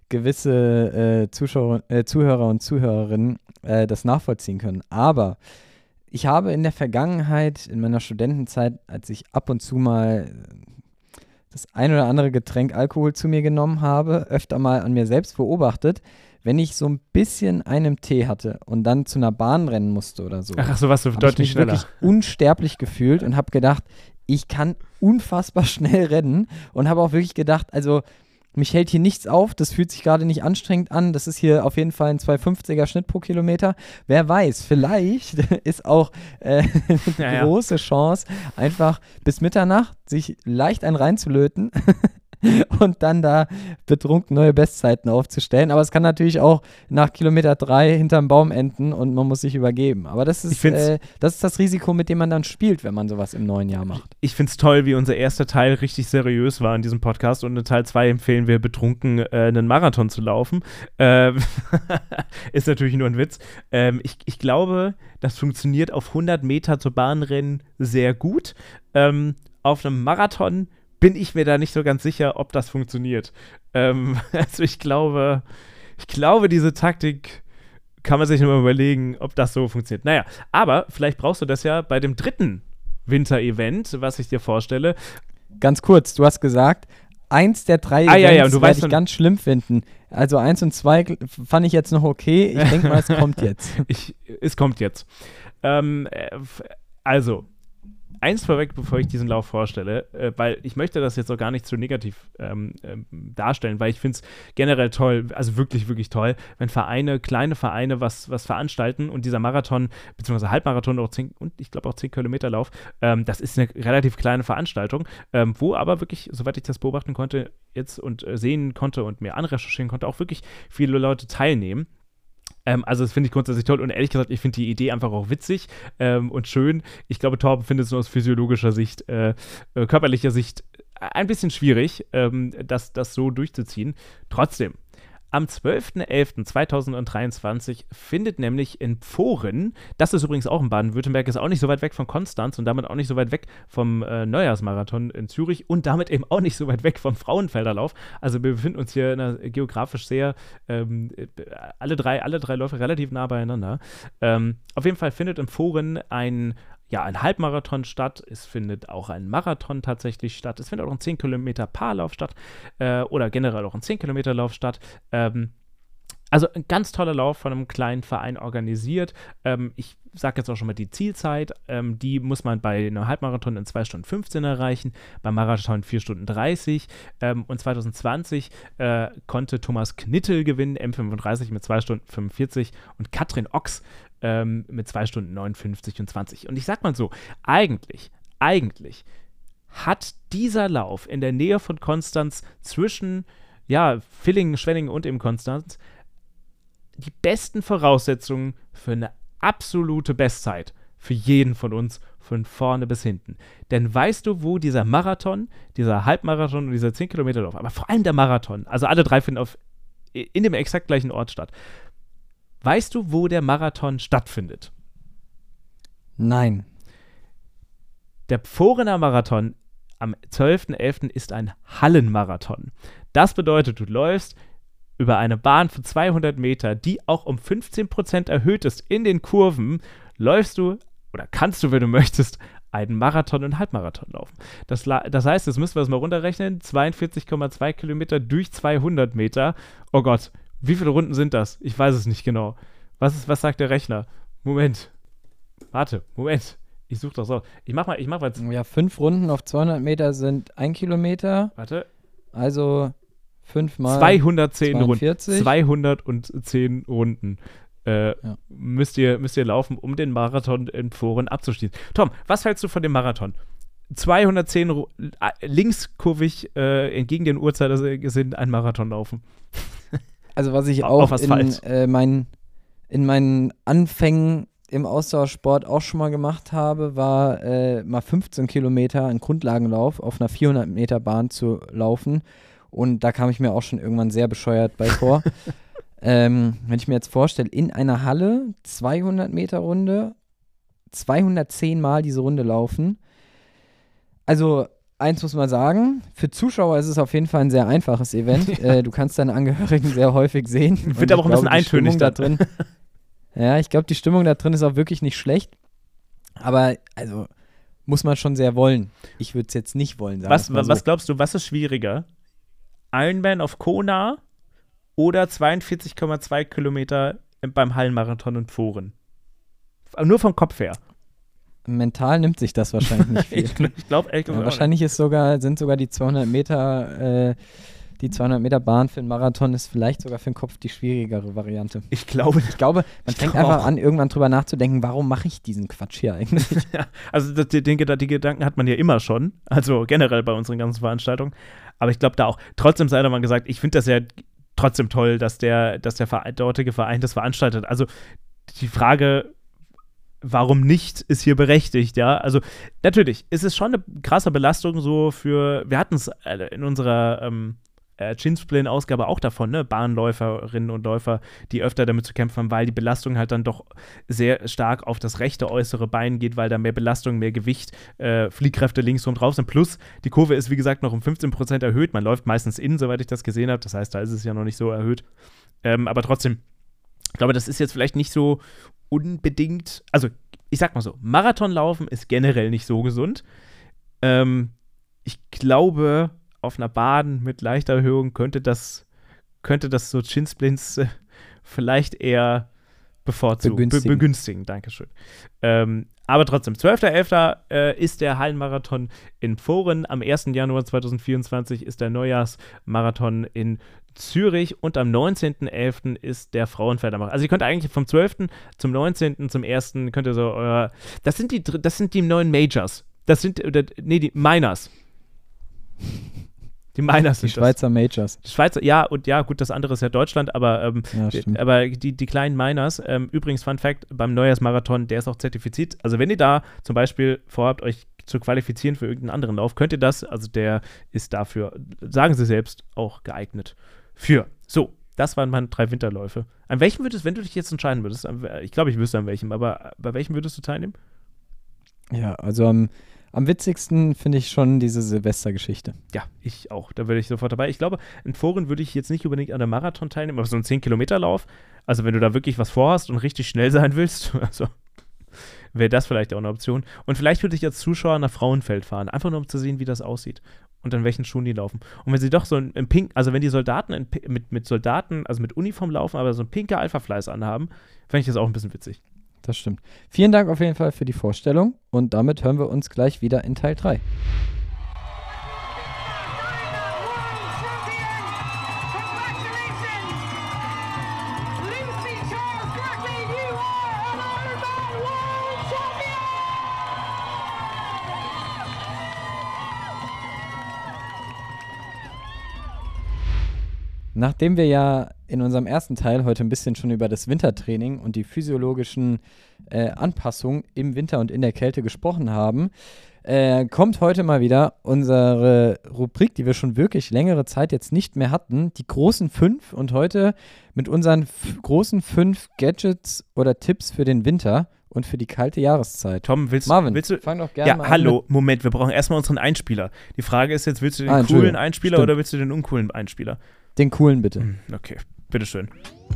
gewisse äh, Zuschauer, äh, Zuhörer und Zuhörerinnen äh, das nachvollziehen können. Aber ich habe in der Vergangenheit, in meiner Studentenzeit, als ich ab und zu mal das ein oder andere Getränk Alkohol zu mir genommen habe, öfter mal an mir selbst beobachtet, wenn ich so ein bisschen einen Tee hatte und dann zu einer Bahn rennen musste oder so. Ach so, was du deutlich schneller. Ich habe mich wirklich unsterblich gefühlt und habe gedacht, ich kann unfassbar schnell rennen und habe auch wirklich gedacht, also mich hält hier nichts auf, das fühlt sich gerade nicht anstrengend an, das ist hier auf jeden Fall ein zwei fünfziger Schnitt pro Kilometer. Wer weiß, vielleicht ist auch äh, eine ja, große ja. Chance, einfach bis Mitternacht sich leicht einen reinzulöten und dann da betrunken neue Bestzeiten aufzustellen. Aber es kann natürlich auch nach Kilometer drei hinterm Baum enden und man muss sich übergeben. Aber das ist, äh, das ist das Risiko, mit dem man dann spielt, wenn man sowas im neuen Jahr macht. Ich finde es toll, wie unser erster Teil richtig seriös war in diesem Podcast und in Teil zwei empfehlen wir betrunken äh, einen Marathon zu laufen. Ähm, ist natürlich nur ein Witz. Ähm, ich, ich glaube, das funktioniert auf hundert Meter zu Bahnrennen sehr gut. Ähm, auf einem Marathon bin ich mir da nicht so ganz sicher, ob das funktioniert. Ähm, also ich glaube, ich glaube, diese Taktik kann man sich nur mal überlegen, ob das so funktioniert. Naja, aber vielleicht brauchst du das ja bei dem dritten Winter-Event, was ich dir vorstelle. Ganz kurz, du hast gesagt, eins der drei ah, Events ja, ja, und du werde weißt ich ganz schlimm finden. Also eins und zwei fand ich jetzt noch okay. Ich denke mal, es kommt jetzt. Ich, es kommt jetzt. Ähm, also, eins vorweg, bevor ich diesen Lauf vorstelle, äh, weil ich möchte das jetzt auch gar nicht zu negativ ähm, ähm, darstellen, weil ich finde es generell toll, also wirklich, wirklich toll, wenn Vereine, kleine Vereine was, was veranstalten und dieser Marathon, beziehungsweise Halbmarathon auch zehn, und ich glaube auch zehn Kilometer Lauf, ähm, das ist eine relativ kleine Veranstaltung, ähm, wo aber wirklich, soweit ich das beobachten konnte jetzt und äh, sehen konnte und mir anrecherchieren konnte, auch wirklich viele Leute teilnehmen. Ähm, also das finde ich grundsätzlich toll und ehrlich gesagt, ich finde die Idee einfach auch witzig ähm, und schön. Ich glaube, Torben findet es nur aus physiologischer Sicht, äh, äh, körperlicher Sicht ein bisschen schwierig, ähm, das, das so durchzuziehen. Trotzdem, am zwölften elften zweitausenddreiundzwanzig findet nämlich in Pfohren, das ist übrigens auch in Baden-Württemberg, ist auch nicht so weit weg von Konstanz und damit auch nicht so weit weg vom äh, Neujahrsmarathon in Zürich und damit eben auch nicht so weit weg vom Frauenfelder Lauf. Also wir befinden uns hier in einer geografisch sehr, ähm, alle drei, alle drei Läufe relativ nah beieinander. Ähm, auf jeden Fall findet in Pfohren ein Ja, ein Halbmarathon statt, es findet auch ein Marathon tatsächlich statt, es findet auch ein zehn Kilometer Paarlauf statt äh, oder generell auch ein zehn Kilometer Lauf statt. Ähm, also ein ganz toller Lauf von einem kleinen Verein organisiert. Ähm, ich sage jetzt auch schon mal die Zielzeit, ähm, die muss man bei einem Halbmarathon in zwei Stunden fünfzehn erreichen, beim Marathon vier Stunden dreißig ähm, und zwanzig zwanzig äh, konnte Thomas Knittel gewinnen, M fünfunddreißig mit zwei Stunden fünfundvierzig und Katrin Ochs Ähm, mit zwei Stunden neunundfünfzig und zwanzig. Und ich sag mal so, eigentlich, eigentlich hat dieser Lauf in der Nähe von Konstanz zwischen, ja, Villingen, Schwenningen und eben Konstanz die besten Voraussetzungen für eine absolute Bestzeit für jeden von uns von vorne bis hinten. Denn weißt du, wo dieser Marathon, dieser Halbmarathon und dieser zehn Kilometer Lauf, aber vor allem der Marathon, also alle drei finden auf, in dem exakt gleichen Ort statt. Weißt du, wo der Marathon stattfindet? Nein. Der Pfohrener Marathon am zwölften elften ist ein Hallenmarathon. Das bedeutet, du läufst über eine Bahn von zweihundert Meter, die auch um fünfzehn Prozent erhöht ist in den Kurven, läufst du, oder kannst du, wenn du möchtest, einen Marathon und Halbmarathon laufen. Das, das heißt, jetzt müssen wir das mal runterrechnen, zweiundvierzig Komma zwei Kilometer durch zweihundert Meter. Oh Gott, wie viele Runden sind das? Ich weiß es nicht genau. Was, ist, was sagt der Rechner? Moment. Warte, Moment. Ich suche das aus. Ich mach mal, ich mach mal. Ja, fünf Runden auf zweihundert Meter sind ein Kilometer. Warte. Also fünf mal zweihundertzehn zweiundvierzig. Runden. zweihundertzehn Runden äh, ja. müsst, ihr, müsst ihr laufen, um den Marathon in Pfohren abzuschließen. Tom, was hältst du von dem Marathon? zweihundertzehn Ru- linkskurvig äh, entgegen den Uhrzeigersinn einen Marathon laufen. Also was ich auch in, äh, mein, in meinen Anfängen im Ausdauersport auch schon mal gemacht habe, war äh, mal fünfzehn Kilometer einen Grundlagenlauf auf einer vierhundert Meter Bahn zu laufen. Und da kam ich mir auch schon irgendwann sehr bescheuert bei vor. ähm, wenn ich mir jetzt vorstelle, in einer Halle zweihundert Meter Runde, zweihundertzehn Mal diese Runde laufen. Also eins muss man sagen, für Zuschauer ist es auf jeden Fall ein sehr einfaches Event. Ja. Äh, du kannst deine Angehörigen sehr häufig sehen. Wird aber auch ein bisschen eintönig da drin. Ja, ich glaube, die Stimmung da drin ist auch wirklich nicht schlecht. Aber, also, muss man schon sehr wollen. Ich würde es jetzt nicht wollen, sagen. Was, so. was glaubst du, was ist schwieriger? Ironman auf Kona oder zweiundvierzig Komma zwei Kilometer beim Hallenmarathon in Pfohren? Nur vom Kopf her. Mental nimmt sich das wahrscheinlich nicht viel. ich ich glaube, ehrlich gesagt. Ja, wahrscheinlich ist sogar, sind sogar die zweihundert Meter äh, die zweihundert Meter Bahn für einen Marathon ist vielleicht sogar für den Kopf die schwierigere Variante. Ich glaube, ich glaube man ich fängt glaube einfach auch. an, irgendwann drüber nachzudenken, warum mache ich diesen Quatsch hier eigentlich? Ja, also das, die, die, die Gedanken hat man ja immer schon, also generell bei unseren ganzen Veranstaltungen. Aber ich glaube da auch, trotzdem sei da mal gesagt, ich finde das ja trotzdem toll, dass der, dass der Verein, dortige Verein das veranstaltet. Also die Frage, warum nicht, ist hier berechtigt, ja. Also natürlich, ist es schon eine krasse Belastung so für, wir hatten es in unserer ähm, äh, Chinsplen-Ausgabe auch davon, ne, Bahnläuferinnen und Läufer, die öfter damit zu kämpfen haben, weil die Belastung halt dann doch sehr stark auf das rechte äußere Bein geht, weil da mehr Belastung, mehr Gewicht, äh, Fliehkräfte linksrum drauf sind. Plus, die Kurve ist, wie gesagt, noch um fünfzehn Prozent erhöht. Man läuft meistens innen, soweit ich das gesehen habe. Das heißt, da ist es ja noch nicht so erhöht. Ähm, aber trotzdem, ich glaube, das ist jetzt vielleicht nicht so unbedingt, also ich sag mal so, Marathonlaufen ist generell nicht so gesund. Ähm, ich glaube, auf einer Bahn mit leichter Erhöhung könnte das, könnte das so Chinsplints äh, vielleicht eher bevorzugen, begünstigen. Be begünstigen, Dankeschön. Ähm, aber trotzdem, zwölfter elfter Äh, ist der Hallenmarathon in Pfohren. Am ersten Januar zweitausendvierundzwanzig ist der Neujahrsmarathon in Zürich und am neunzehnten elften ist der Frauenfeldermarathon. Also ihr könnt eigentlich vom zwölften zum neunzehnten zum ersten könnt ihr so euer, das sind die, das sind die neuen Majors. Das sind, oder, nee, die Minors. Die Minors sind Die Schweizer das. Majors. Die Schweizer, ja, und ja, gut, das andere ist ja Deutschland, aber, ähm, Ja, die, stimmt. aber die, die kleinen Minors, ähm, übrigens Fun Fact, beim Neujahrsmarathon, der ist auch zertifiziert. Also wenn ihr da zum Beispiel vorhabt, euch zu qualifizieren für irgendeinen anderen Lauf, könnt ihr das, also der ist dafür, sagen sie selbst, auch geeignet für. So, das waren meine drei Winterläufe. An welchem würdest, wenn du dich jetzt entscheiden würdest, an, ich glaube, ich wüsste an welchem, aber bei welchem würdest du teilnehmen? Ja, also am, am witzigsten finde ich schon diese Silvestergeschichte. Ja, ich auch. Da würde ich sofort dabei. Ich glaube, in Foren würde ich jetzt nicht unbedingt an der Marathon teilnehmen, aber so ein zehn-Kilometer-Lauf. Also wenn du da wirklich was vorhast und richtig schnell sein willst, also wäre das vielleicht auch eine Option. Und vielleicht würde ich als Zuschauer nach Frauenfeld fahren, einfach nur um zu sehen, wie das aussieht und an welchen Schuhen die laufen. Und wenn sie doch so ein Pink, also wenn die Soldaten in, mit, mit Soldaten, also mit Uniform laufen, aber so ein pinker Alpha-Fleiß anhaben, fände ich das auch ein bisschen witzig. Das stimmt. Vielen Dank auf jeden Fall für die Vorstellung und damit hören wir uns gleich wieder in Teil drei. Nachdem wir ja in unserem ersten Teil heute ein bisschen schon über das Wintertraining und die physiologischen äh, Anpassungen im Winter und in der Kälte gesprochen haben, äh, kommt heute mal wieder unsere Rubrik, die wir schon wirklich längere Zeit jetzt nicht mehr hatten, die großen fünf, und heute mit unseren f- großen fünf Gadgets oder Tipps für den Winter und für die kalte Jahreszeit. Tom, willst, Marvin, willst du fang doch gerne Ja, mal an. hallo, Moment, wir brauchen erstmal unseren Einspieler. Die Frage ist jetzt, willst du den Ah, Entschuldigung, coolen Einspieler stimmt. oder willst du den uncoolen Einspieler? Den coolen bitte. Hm, Okay, bitteschön.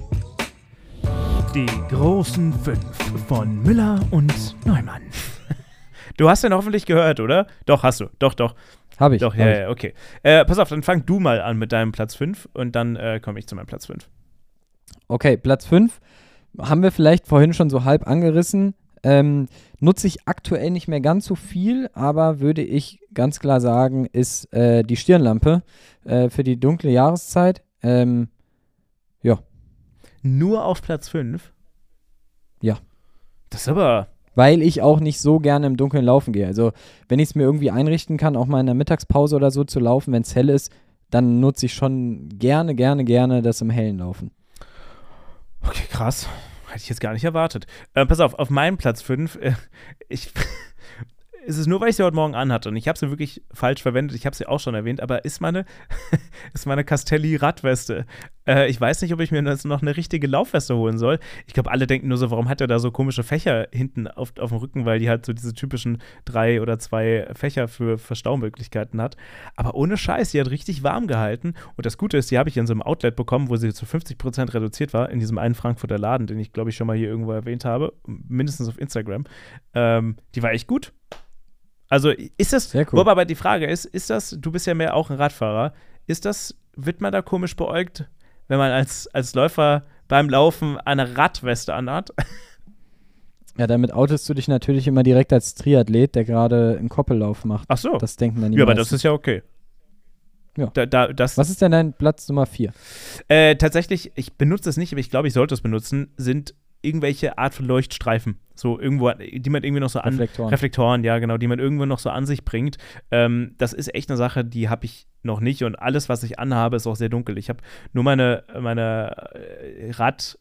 Die großen fünf von Müller und Neumann. Du hast den hoffentlich gehört, oder? Doch, hast du. Doch, doch. Habe ich. Doch, hab ja, ich. ja, okay. Äh, pass auf, dann fang du mal an mit deinem Platz fünf und dann äh, komme ich zu meinem Platz fünf. Okay, Platz fünf haben wir vielleicht vorhin schon so halb angerissen. Ähm, nutze ich aktuell nicht mehr ganz so viel, aber würde ich ganz klar sagen, ist äh, die Stirnlampe äh, für die dunkle Jahreszeit. Ähm, ja. Nur auf Platz fünf? Ja. Das ist aber... Weil ich auch nicht so gerne im Dunkeln laufen gehe. Also wenn ich es mir irgendwie einrichten kann, auch mal in der Mittagspause oder so zu laufen, wenn es hell ist, dann nutze ich schon gerne, gerne, gerne das im Hellen laufen. Okay, krass. Hätte ich jetzt gar nicht erwartet. Äh, pass auf, auf meinem Platz fünf, äh, ich, ist es nur, weil ich sie heute Morgen anhatte und ich habe sie wirklich falsch verwendet, ich habe sie auch schon erwähnt, aber ist meine, ist meine Castelli-Radweste. Äh, ich weiß nicht, ob ich mir jetzt noch eine richtige Laufweste holen soll. Ich glaube, alle denken nur so, warum hat er da so komische Fächer hinten auf, auf dem Rücken, weil die halt so diese typischen drei oder zwei Fächer für Verstaumöglichkeiten hat. Aber ohne Scheiß, die hat richtig warm gehalten. Und das Gute ist, die habe ich in so einem Outlet bekommen, wo sie zu fünfzig Prozent reduziert war, in diesem einen Frankfurter Laden, den ich, glaube ich, schon mal hier irgendwo erwähnt habe, mindestens auf Instagram. Ähm, die war echt gut. Also ist das, Sehr cool. wobei aber die Frage ist, ist das, du bist ja mehr auch ein Radfahrer, ist das, wird man da komisch beäugt, wenn man als, als Läufer beim Laufen eine Radweste anhat? Ja, damit outest du dich natürlich immer direkt als Triathlet, der gerade einen Koppellauf macht. Ach so. Das denken dann die Ja, aber meisten. das ist ja okay. Ja. Da, da, das, Was ist denn dein Platz Nummer vier? Äh, tatsächlich, ich benutze es nicht, aber ich glaube, ich sollte es benutzen, sind irgendwelche Art von Leuchtstreifen. So irgendwo, die man irgendwie noch so an. Reflektoren. Reflektoren, ja, genau, die man irgendwo noch so an sich bringt. Ähm, das ist echt eine Sache, die habe ich noch nicht und alles, was ich anhabe, ist auch sehr dunkel. Ich habe nur meine, meine äh, Rad-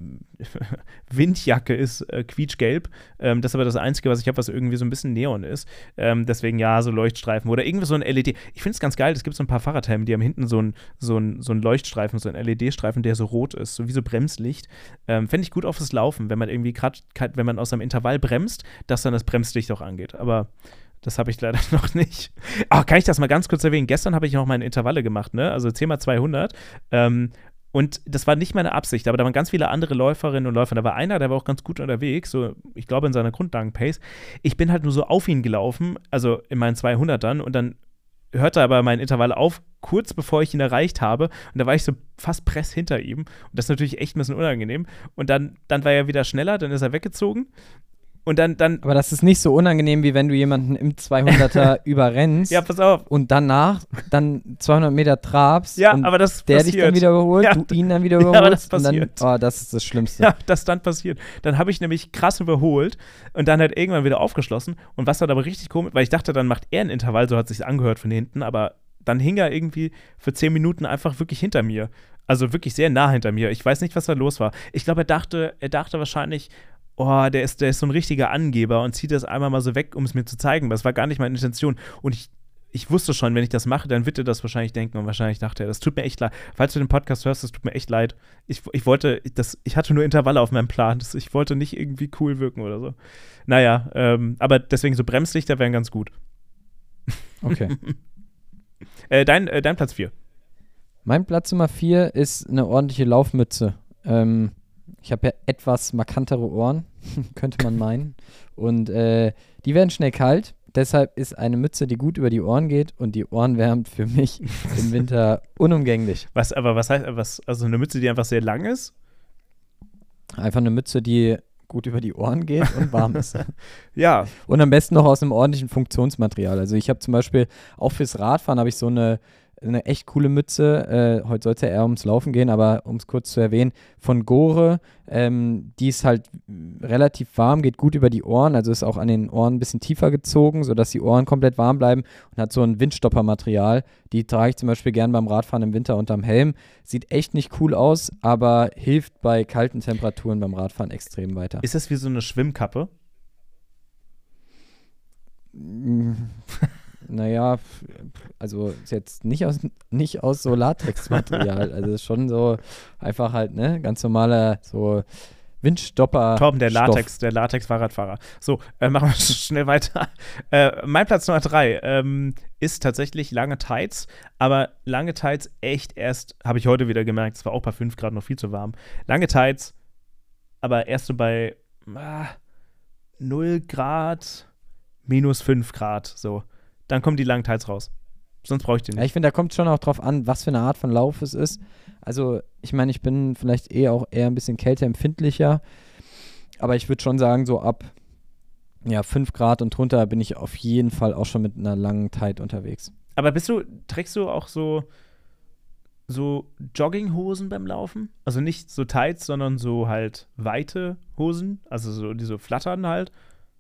Windjacke ist äh, quietschgelb. Ähm, das ist aber das Einzige, was ich habe, was irgendwie so ein bisschen Neon ist. Ähm, deswegen ja, so Leuchtstreifen oder irgendwie so ein L E D. Ich finde es ganz geil, es gibt so ein paar Fahrradhelme, die haben hinten so ein, so ein, so ein Leuchtstreifen, so ein L E D-Streifen, der so rot ist, so wie so Bremslicht. Ähm, Fände ich gut auf das Laufen, wenn man irgendwie gerade, wenn man aus einem Intervall bremst, dass dann das Bremslicht auch angeht. Aber das habe ich leider noch nicht. Ach, kann ich das mal ganz kurz erwähnen? Gestern habe ich noch meine Intervalle gemacht, ne? Also zehn mal zweihundert. Ähm, Und das war nicht meine Absicht, aber da waren ganz viele andere Läuferinnen und Läufer. Da war einer, der war auch ganz gut unterwegs, so ich glaube in seiner Grundlagen-Pace. Ich bin halt nur so auf ihn gelaufen, also in meinen zweihundertern und dann hörte aber mein Intervall auf, kurz bevor ich ihn erreicht habe. Und da war ich so fast press hinter ihm. Und das ist natürlich echt ein bisschen unangenehm. Und dann, dann war er wieder schneller, dann ist er weggezogen. Und dann, dann Aber das ist nicht so unangenehm, wie wenn du jemanden im zweihunderter überrennst. Ja, pass auf. Und danach dann zweihundert Meter trabst. Ja, und aber das der passiert. dich dann wieder überholt, Ja. du ihn dann wieder Ja, aber überholst. das passiert. Und dann, oh, das ist das Schlimmste. Ja, das dann passiert. Dann habe ich nämlich krass überholt und dann halt irgendwann wieder aufgeschlossen. Und was dann aber richtig komisch, weil ich dachte, dann macht er ein Intervall, so hat es sich angehört von hinten, aber dann hing er irgendwie für zehn Minuten einfach wirklich hinter mir. Also wirklich sehr nah hinter mir. Ich weiß nicht, was da los war. Ich glaube, er dachte, er dachte wahrscheinlich, oh, der ist, der ist so ein richtiger Angeber und zieht das einmal mal so weg, um es mir zu zeigen. Aber das war gar nicht meine Intention. Und ich, ich wusste schon, wenn ich das mache, dann wird er das wahrscheinlich denken und wahrscheinlich dachte er, das tut mir echt leid. Falls du den Podcast hörst, das tut mir echt leid. Ich, ich wollte, das, ich hatte nur Intervalle auf meinem Plan. Das, ich wollte nicht irgendwie cool wirken oder so. Naja, ähm, aber deswegen so Bremslichter wären ganz gut. Okay. äh, dein, äh, dein Platz vier. Mein Platz Nummer vier ist eine ordentliche Laufmütze. Ähm, ich habe ja etwas markantere Ohren, könnte man meinen. Und äh, die werden schnell kalt. Deshalb ist eine Mütze, die gut über die Ohren geht und die Ohren wärmt, für mich im Winter unumgänglich. Was, aber was heißt, was, also eine Mütze, die einfach sehr lang ist? Einfach eine Mütze, die gut über die Ohren geht und warm ist. Ja. Und am besten noch aus einem ordentlichen Funktionsmaterial. Also ich habe zum Beispiel, auch fürs Radfahren habe ich so eine, eine echt coole Mütze. Äh, heute soll es ja eher ums Laufen gehen, aber um es kurz zu erwähnen, von Gore. Ähm, die ist halt relativ warm, geht gut über die Ohren, also ist auch an den Ohren ein bisschen tiefer gezogen, sodass die Ohren komplett warm bleiben und hat so ein Windstoppermaterial. Die trage ich zum Beispiel gern beim Radfahren im Winter unterm Helm. Sieht echt nicht cool aus, aber hilft bei kalten Temperaturen beim Radfahren extrem weiter. Ist das wie so eine Schwimmkappe? Naja, also ist jetzt nicht aus, nicht aus so Latexmaterial. Also ist schon so einfach halt, ne, ganz normaler so Windstopper. Torben, der Latex, der Latex-Fahrradfahrer. So, äh, machen wir schnell weiter. Äh, mein Platz Nummer drei ähm, ist tatsächlich lange Tights, aber lange Tights echt erst, habe ich heute wieder gemerkt, es war auch bei fünf Grad noch viel zu warm. Lange Tights, aber erst so bei ah, null Grad, minus fünf Grad, so. Dann kommen die langen Tights raus. Sonst brauche ich die nicht. Ja, ich finde, da kommt schon auch drauf an, was für eine Art von Lauf es ist. Also, ich meine, ich bin vielleicht eh auch eher ein bisschen kälteempfindlicher, aber ich würde schon sagen, so ab ja, fünf Grad und drunter bin ich auf jeden Fall auch schon mit einer langen Tight unterwegs. Aber bist du, trägst du auch so, so Jogginghosen beim Laufen? Also nicht so Tights, sondern so halt weite Hosen, also so, die so flattern halt?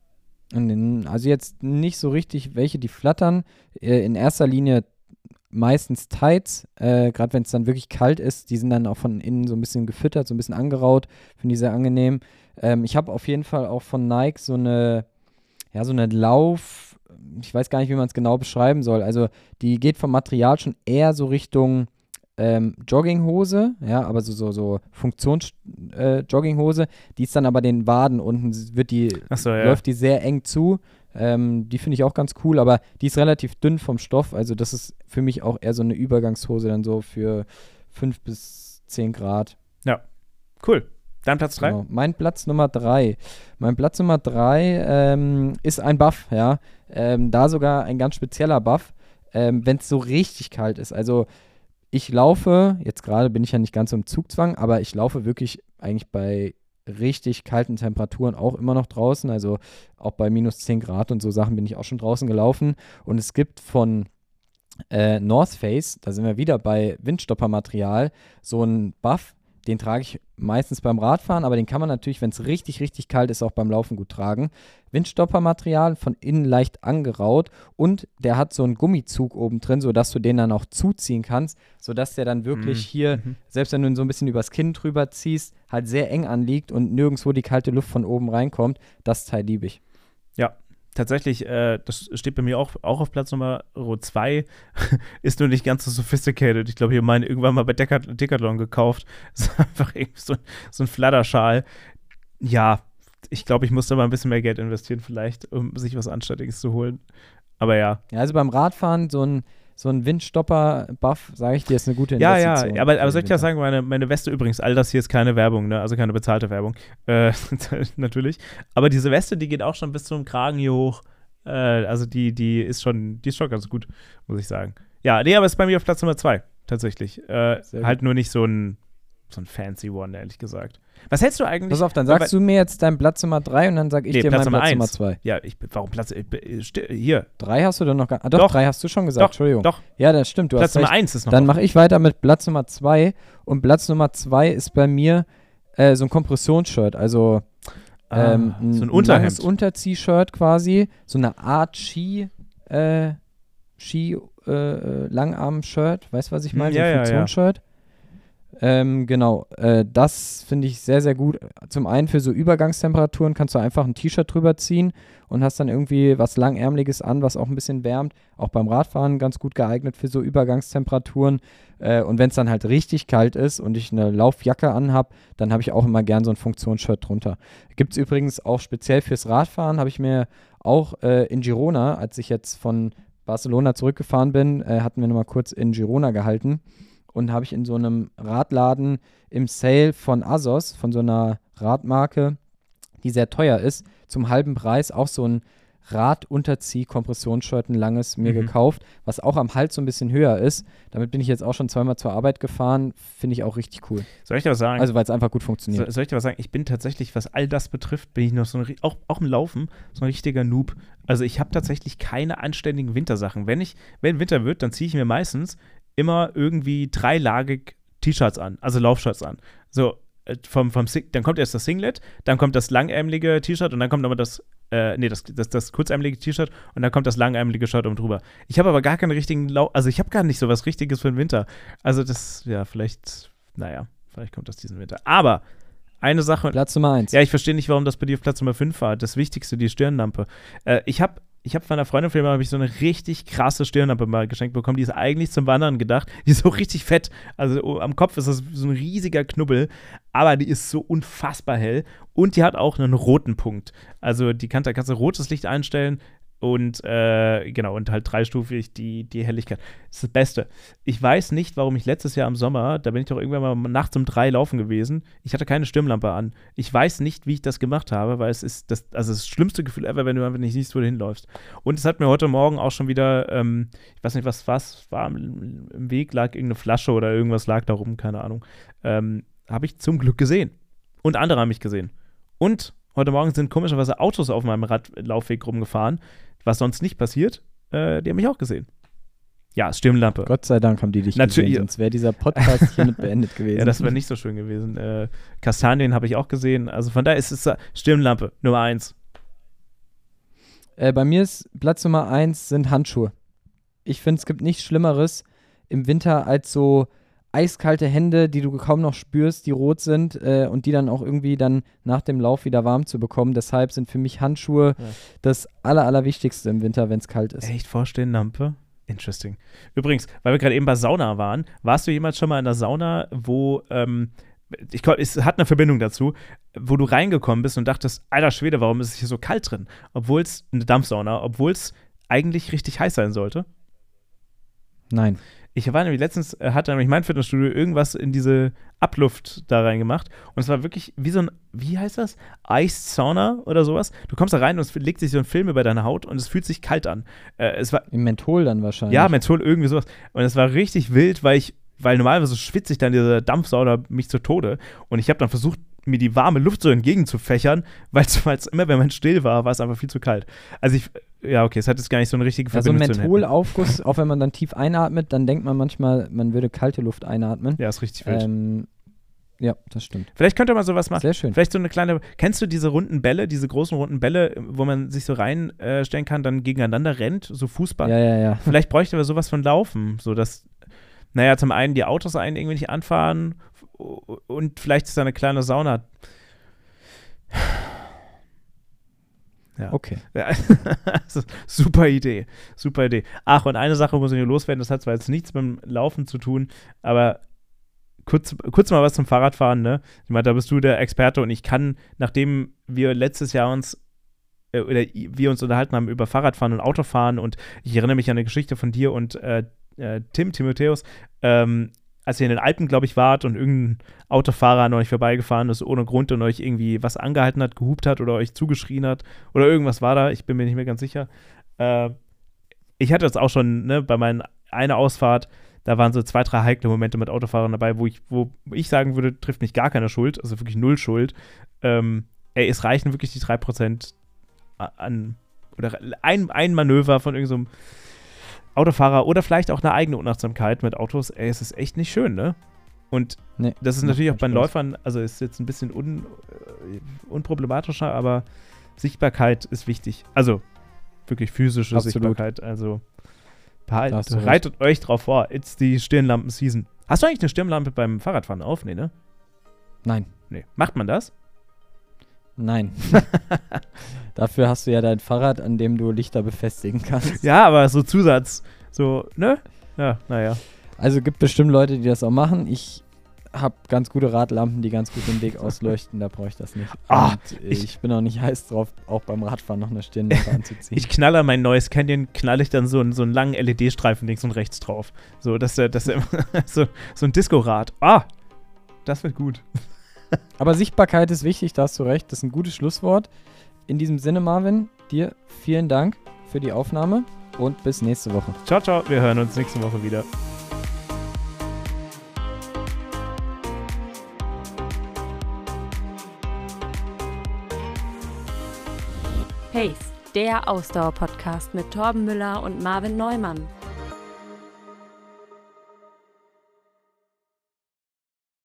Also jetzt nicht so richtig welche, die flattern. Äh, in erster Linie meistens Tights, äh, gerade wenn es dann wirklich kalt ist. Die sind dann auch von innen so ein bisschen gefüttert, so ein bisschen angeraut. Finde ich sehr angenehm. Ähm, ich habe auf jeden Fall auch von Nike so eine, ja, so eine Lauf, ich weiß gar nicht, wie man es genau beschreiben soll. Also die geht vom Material schon eher so Richtung Ähm, Jogginghose, ja, aber so, so, so Funktions-Jogginghose, äh, die ist dann aber den Waden unten, wird die, Ach so, ja. läuft die sehr eng zu. Ähm, die finde ich auch ganz cool, aber die ist relativ dünn vom Stoff, also das ist für mich auch eher so eine Übergangshose dann so für fünf bis zehn Grad. Ja, cool. Dein Platz drei? Genau. Mein Platz Nummer drei. Mein Platz Nummer drei ähm, ist ein Buff, ja. Ähm, da sogar ein ganz spezieller Buff, ähm, wenn es so richtig kalt ist. Also ich laufe, jetzt gerade bin ich ja nicht ganz so im Zugzwang, aber ich laufe wirklich eigentlich bei richtig kalten Temperaturen auch immer noch draußen. Also auch bei minus zehn Grad und so Sachen bin ich auch schon draußen gelaufen. Und es gibt von äh, North Face, da sind wir wieder bei Windstoppermaterial, so ein Buff, den trage ich meistens beim Radfahren, aber den kann man natürlich, wenn es richtig, richtig kalt ist, auch beim Laufen gut tragen. Windstoppermaterial, von innen leicht angeraut und der hat so einen Gummizug oben drin, sodass du den dann auch zuziehen kannst, sodass der dann wirklich Mhm. hier, Mhm. selbst wenn du ihn so ein bisschen übers Kinn drüber ziehst, halt sehr eng anliegt und nirgendwo die kalte Luft von oben reinkommt. Das Teil liebe ich. Ja, tatsächlich, äh, das steht bei mir auch, auch auf Platz Nummer zwei, ist nur nicht ganz so sophisticated. Ich glaube, ich habe meinen irgendwann mal bei Decathlon, Decathlon gekauft. Das ist einfach irgendwie so, so ein Flatterschal. Ja, ich glaube, ich muss da mal ein bisschen mehr Geld investieren vielleicht, um sich was Anständiges zu holen. Aber ja. Ja, also beim Radfahren so ein, so ein Windstopper-Buff, sage ich dir, ist eine gute Ja, Investition. ja, aber, aber für soll den ich ja Winter. sagen, meine, meine Weste übrigens, all das hier ist keine Werbung, ne? Also keine bezahlte Werbung. Äh, natürlich. Aber diese Weste, die geht auch schon bis zum Kragen hier hoch. Äh, also die, die ist schon, die ist schon ganz gut, muss ich sagen. Ja, nee, aber ist bei mir auf Platz Nummer zwei, tatsächlich. Äh, Sehr gut. halt nur nicht so ein, so ein fancy One, ehrlich gesagt. Was hältst du eigentlich? Pass auf, dann sagst du mir jetzt deinen Platz Nummer drei und dann sag ich Nee, dir Platz meinen Nummer Platz Nummer eins. zwei. Ja, ich, warum Platz, ich, sti- hier, Drei hast du doch noch gar Ah, doch, Doch. drei hast du schon gesagt, doch, Entschuldigung. doch, Ja, das stimmt, du Platz hast Nummer recht. eins ist noch Dann offen. mache ich weiter mit Platz Nummer zwei und Platz Nummer zwei ist bei mir äh, so ein Kompressionsshirt, also Ah, ähm, so ein langes Unterhemd. Unterzieh-Shirt quasi, so eine Art Ski, äh, Ski, äh, äh, Langarm-Shirt, weißt du, was ich meine? Ja, so ein ja, ja. Funktionsshirt. Ähm, genau, äh, das finde ich sehr, sehr gut. Zum einen für so Übergangstemperaturen kannst du einfach ein T-Shirt drüber ziehen und hast dann irgendwie was Langärmliches an, was auch ein bisschen wärmt. Auch beim Radfahren ganz gut geeignet für so Übergangstemperaturen. Äh, und wenn es dann halt richtig kalt ist und ich eine Laufjacke anhab, dann habe ich auch immer gern so ein Funktionsshirt drunter. Gibt es übrigens auch speziell fürs Radfahren, habe ich mir auch äh, in Girona, als ich jetzt von Barcelona zurückgefahren bin, äh, hatten wir nochmal kurz in Girona gehalten. Und habe ich in so einem Radladen im Sale von Asos, von so einer Radmarke, die sehr teuer ist, zum halben Preis auch so ein Radunterzieh-Kompressionsshirt, ein langes, mir Mhm. gekauft, was auch am Hals so ein bisschen höher ist. Damit bin ich jetzt auch schon zweimal zur Arbeit gefahren. Finde ich auch richtig cool. Soll ich dir was sagen? Also, weil es einfach gut So, funktioniert. soll ich dir was sagen? Ich bin tatsächlich, was all das betrifft, bin ich noch so ein, ri- auch, auch im Laufen, so ein richtiger Noob. Also ich habe tatsächlich keine anständigen Wintersachen. Wenn ich, wenn Winter wird, dann ziehe ich mir meistens immer irgendwie dreilagig T-Shirts an, also Laufshirts an. So, äh, vom, vom Sing- dann kommt erst das Singlet, dann kommt das langärmelige T-Shirt und dann kommt nochmal das, äh, nee, das, das, das kurzärmelige T-Shirt und dann kommt das langärmelige Shirt um drüber. Ich habe aber gar keinen richtigen Lau- also ich habe gar nicht so was Richtiges für den Winter. Also das, ja, vielleicht, naja, vielleicht kommt das diesen Winter. Aber eine Sache, Platz Nummer eins. ja, ich verstehe nicht, warum das bei dir auf Platz Nummer fünf war. Das Wichtigste, die Stirnlampe. Äh, ich habe ich hab von einer Freundin von mir habe ich so eine richtig krasse Stirnlampe mal geschenkt bekommen. Die ist eigentlich zum Wandern gedacht. Die ist so richtig fett. Also oh, am Kopf ist das so ein riesiger Knubbel. Aber die ist so unfassbar hell. Und die hat auch einen roten Punkt. Also die kann, da kannst du rotes Licht einstellen. Und äh, genau, und halt dreistufig die, die Helligkeit. Das ist das Beste. Ich weiß nicht, warum ich letztes Jahr im Sommer, da bin ich doch irgendwann mal nachts um drei laufen gewesen. Ich hatte keine Stirnlampe an. Ich weiß nicht, wie ich das gemacht habe, weil es ist das, also das schlimmste Gefühl ever, wenn du einfach nicht siehst, wo du hinläufst. Und es hat mir heute Morgen auch schon wieder, ähm, ich weiß nicht, was was war, im, im Weg lag irgendeine Flasche oder irgendwas lag da rum, keine Ahnung. Ähm, habe ich zum Glück gesehen. Und andere haben mich gesehen. Und heute Morgen sind komischerweise Autos auf meinem Radlaufweg rumgefahren, was sonst nicht passiert. Äh, die haben mich auch gesehen. Ja, Stirnlampe. Gott sei Dank haben die dich Natürlich. gesehen, sonst wäre dieser Podcast hiermit beendet gewesen. Ja, das wäre nicht so schön gewesen. Äh, Kastanien habe ich auch gesehen. Also von daher ist es äh, Stirnlampe, Nummer eins. Äh, bei mir ist Platz Nummer eins sind Handschuhe. Ich finde, es gibt nichts Schlimmeres im Winter als so eiskalte Hände, die du kaum noch spürst, die rot sind äh, und die dann auch irgendwie dann nach dem Lauf wieder warm zu bekommen. Deshalb sind für mich Handschuhe Ja. das aller, Allerwichtigste im Winter, wenn es kalt ist. Echt vorstellen, Lampe? Interesting. Übrigens, weil wir gerade eben bei Sauna waren, warst du jemals schon mal in der Sauna, wo, ähm, ich glaub, es hat eine Verbindung dazu, wo du reingekommen bist und dachtest, alter Schwede, warum ist es hier so kalt drin? Obwohl es eine Dampfsauna, obwohl es eigentlich richtig heiß sein sollte. Nein. Ich war nämlich letztens, äh, hat nämlich mein Fitnessstudio irgendwas in diese Abluft da reingemacht und es war wirklich wie so ein, wie heißt das? Iced Sauna oder sowas. Du kommst da rein und es legt sich so ein Film über deine Haut und es fühlt sich kalt an. Äh, es war, Im Menthol dann wahrscheinlich. ja, Menthol, irgendwie sowas. Und es war richtig wild, weil ich, weil normalerweise schwitze ich dann in dieser Dampfsauna mich zu Tode und ich habe dann versucht, mir die warme Luft so entgegenzufächern, weil es immer, wenn man still war, war es einfach viel zu kalt. Also ich, ja, okay, es hat jetzt gar nicht so eine richtige Ja, so ein Verbindung zu den Händen. Mentholaufguss, auch wenn man dann tief einatmet, dann denkt man manchmal, man würde kalte Luft einatmen. Ja, ist richtig wild. Ähm, ja, das stimmt. Vielleicht könnt ihr mal sowas machen. Sehr schön. Vielleicht so eine kleine, kennst du diese runden Bälle, diese großen runden Bälle, wo man sich so reinstellen äh, kann, dann gegeneinander rennt, so Fußball? Ja, ja, ja. Vielleicht bräuchte wir sowas von Laufen, so dass, naja, zum einen die Autos einen irgendwie nicht anfahren und vielleicht ist da eine kleine Sauna. Ja. Okay. Ja. Super Idee, super Idee. Ach, und eine Sache muss ich hier loswerden, das hat zwar jetzt nichts mit dem Laufen zu tun, aber kurz, kurz mal was zum Fahrradfahren, ne? Ich meine, da bist du der Experte und ich kann, nachdem wir letztes Jahr uns äh, oder wir uns unterhalten haben über Fahrradfahren und Autofahren und ich erinnere mich an eine Geschichte von dir und äh, äh, Tim, Timotheus, ähm, als ihr in den Alpen, glaube ich, wart und irgendein Autofahrer an euch vorbeigefahren ist ohne Grund und euch irgendwie was angehalten hat, gehupt hat oder euch zugeschrien hat oder irgendwas war da, ich bin mir nicht mehr ganz sicher. Äh, ich hatte das auch schon, ne, bei meiner einer Ausfahrt, da waren so zwei, drei heikle Momente mit Autofahrern dabei, wo ich, wo ich sagen würde, trifft mich gar keine Schuld, also wirklich null Schuld. Ähm, ey, es reichen wirklich die drei Prozent an, oder ein, ein Manöver von irgendeinem so Autofahrer oder vielleicht auch eine eigene Unachtsamkeit mit Autos, ey, es ist echt nicht schön, ne? Und Nee, das ist macht natürlich auch bei keinen den Spaß. Läufern, also ist jetzt ein bisschen un, äh, unproblematischer, aber Sichtbarkeit ist wichtig. Also wirklich physische Absolut. Sichtbarkeit, also behalt, Da hast du recht. reitet euch drauf vor, it's die Stirnlampen-Season. Hast du eigentlich eine Stirnlampe beim Fahrradfahren auf? Nee, ne? Nein, Nee. Macht man das? nein. Dafür hast du ja dein Fahrrad, an dem du Lichter befestigen kannst. Ja, aber so Zusatz, so, ne? Ja, naja. Also gibt bestimmt Leute, die das auch machen. Ich habe ganz gute Radlampen, die ganz gut den Weg ausleuchten. Da brauche ich das nicht. Ah, Und ich, bin auch nicht heiß drauf, auch beim Radfahren noch eine Stirnlampe anzuziehen. Ich knaller mein neues Canyon, knalle ich dann so, einen- so einen langen L E D-Streifen links und rechts drauf. So, dass er, dass er so, so ein Disco-Rad. Ah, das wird gut. Aber Sichtbarkeit ist wichtig, da hast du recht. Das ist ein gutes Schlusswort. In diesem Sinne, Marvin, dir vielen Dank für die Aufnahme und bis nächste Woche. Ciao, ciao, wir hören uns nächste Woche wieder. Pace, der Ausdauer-Podcast mit Torben Müller und Marvin Neumann.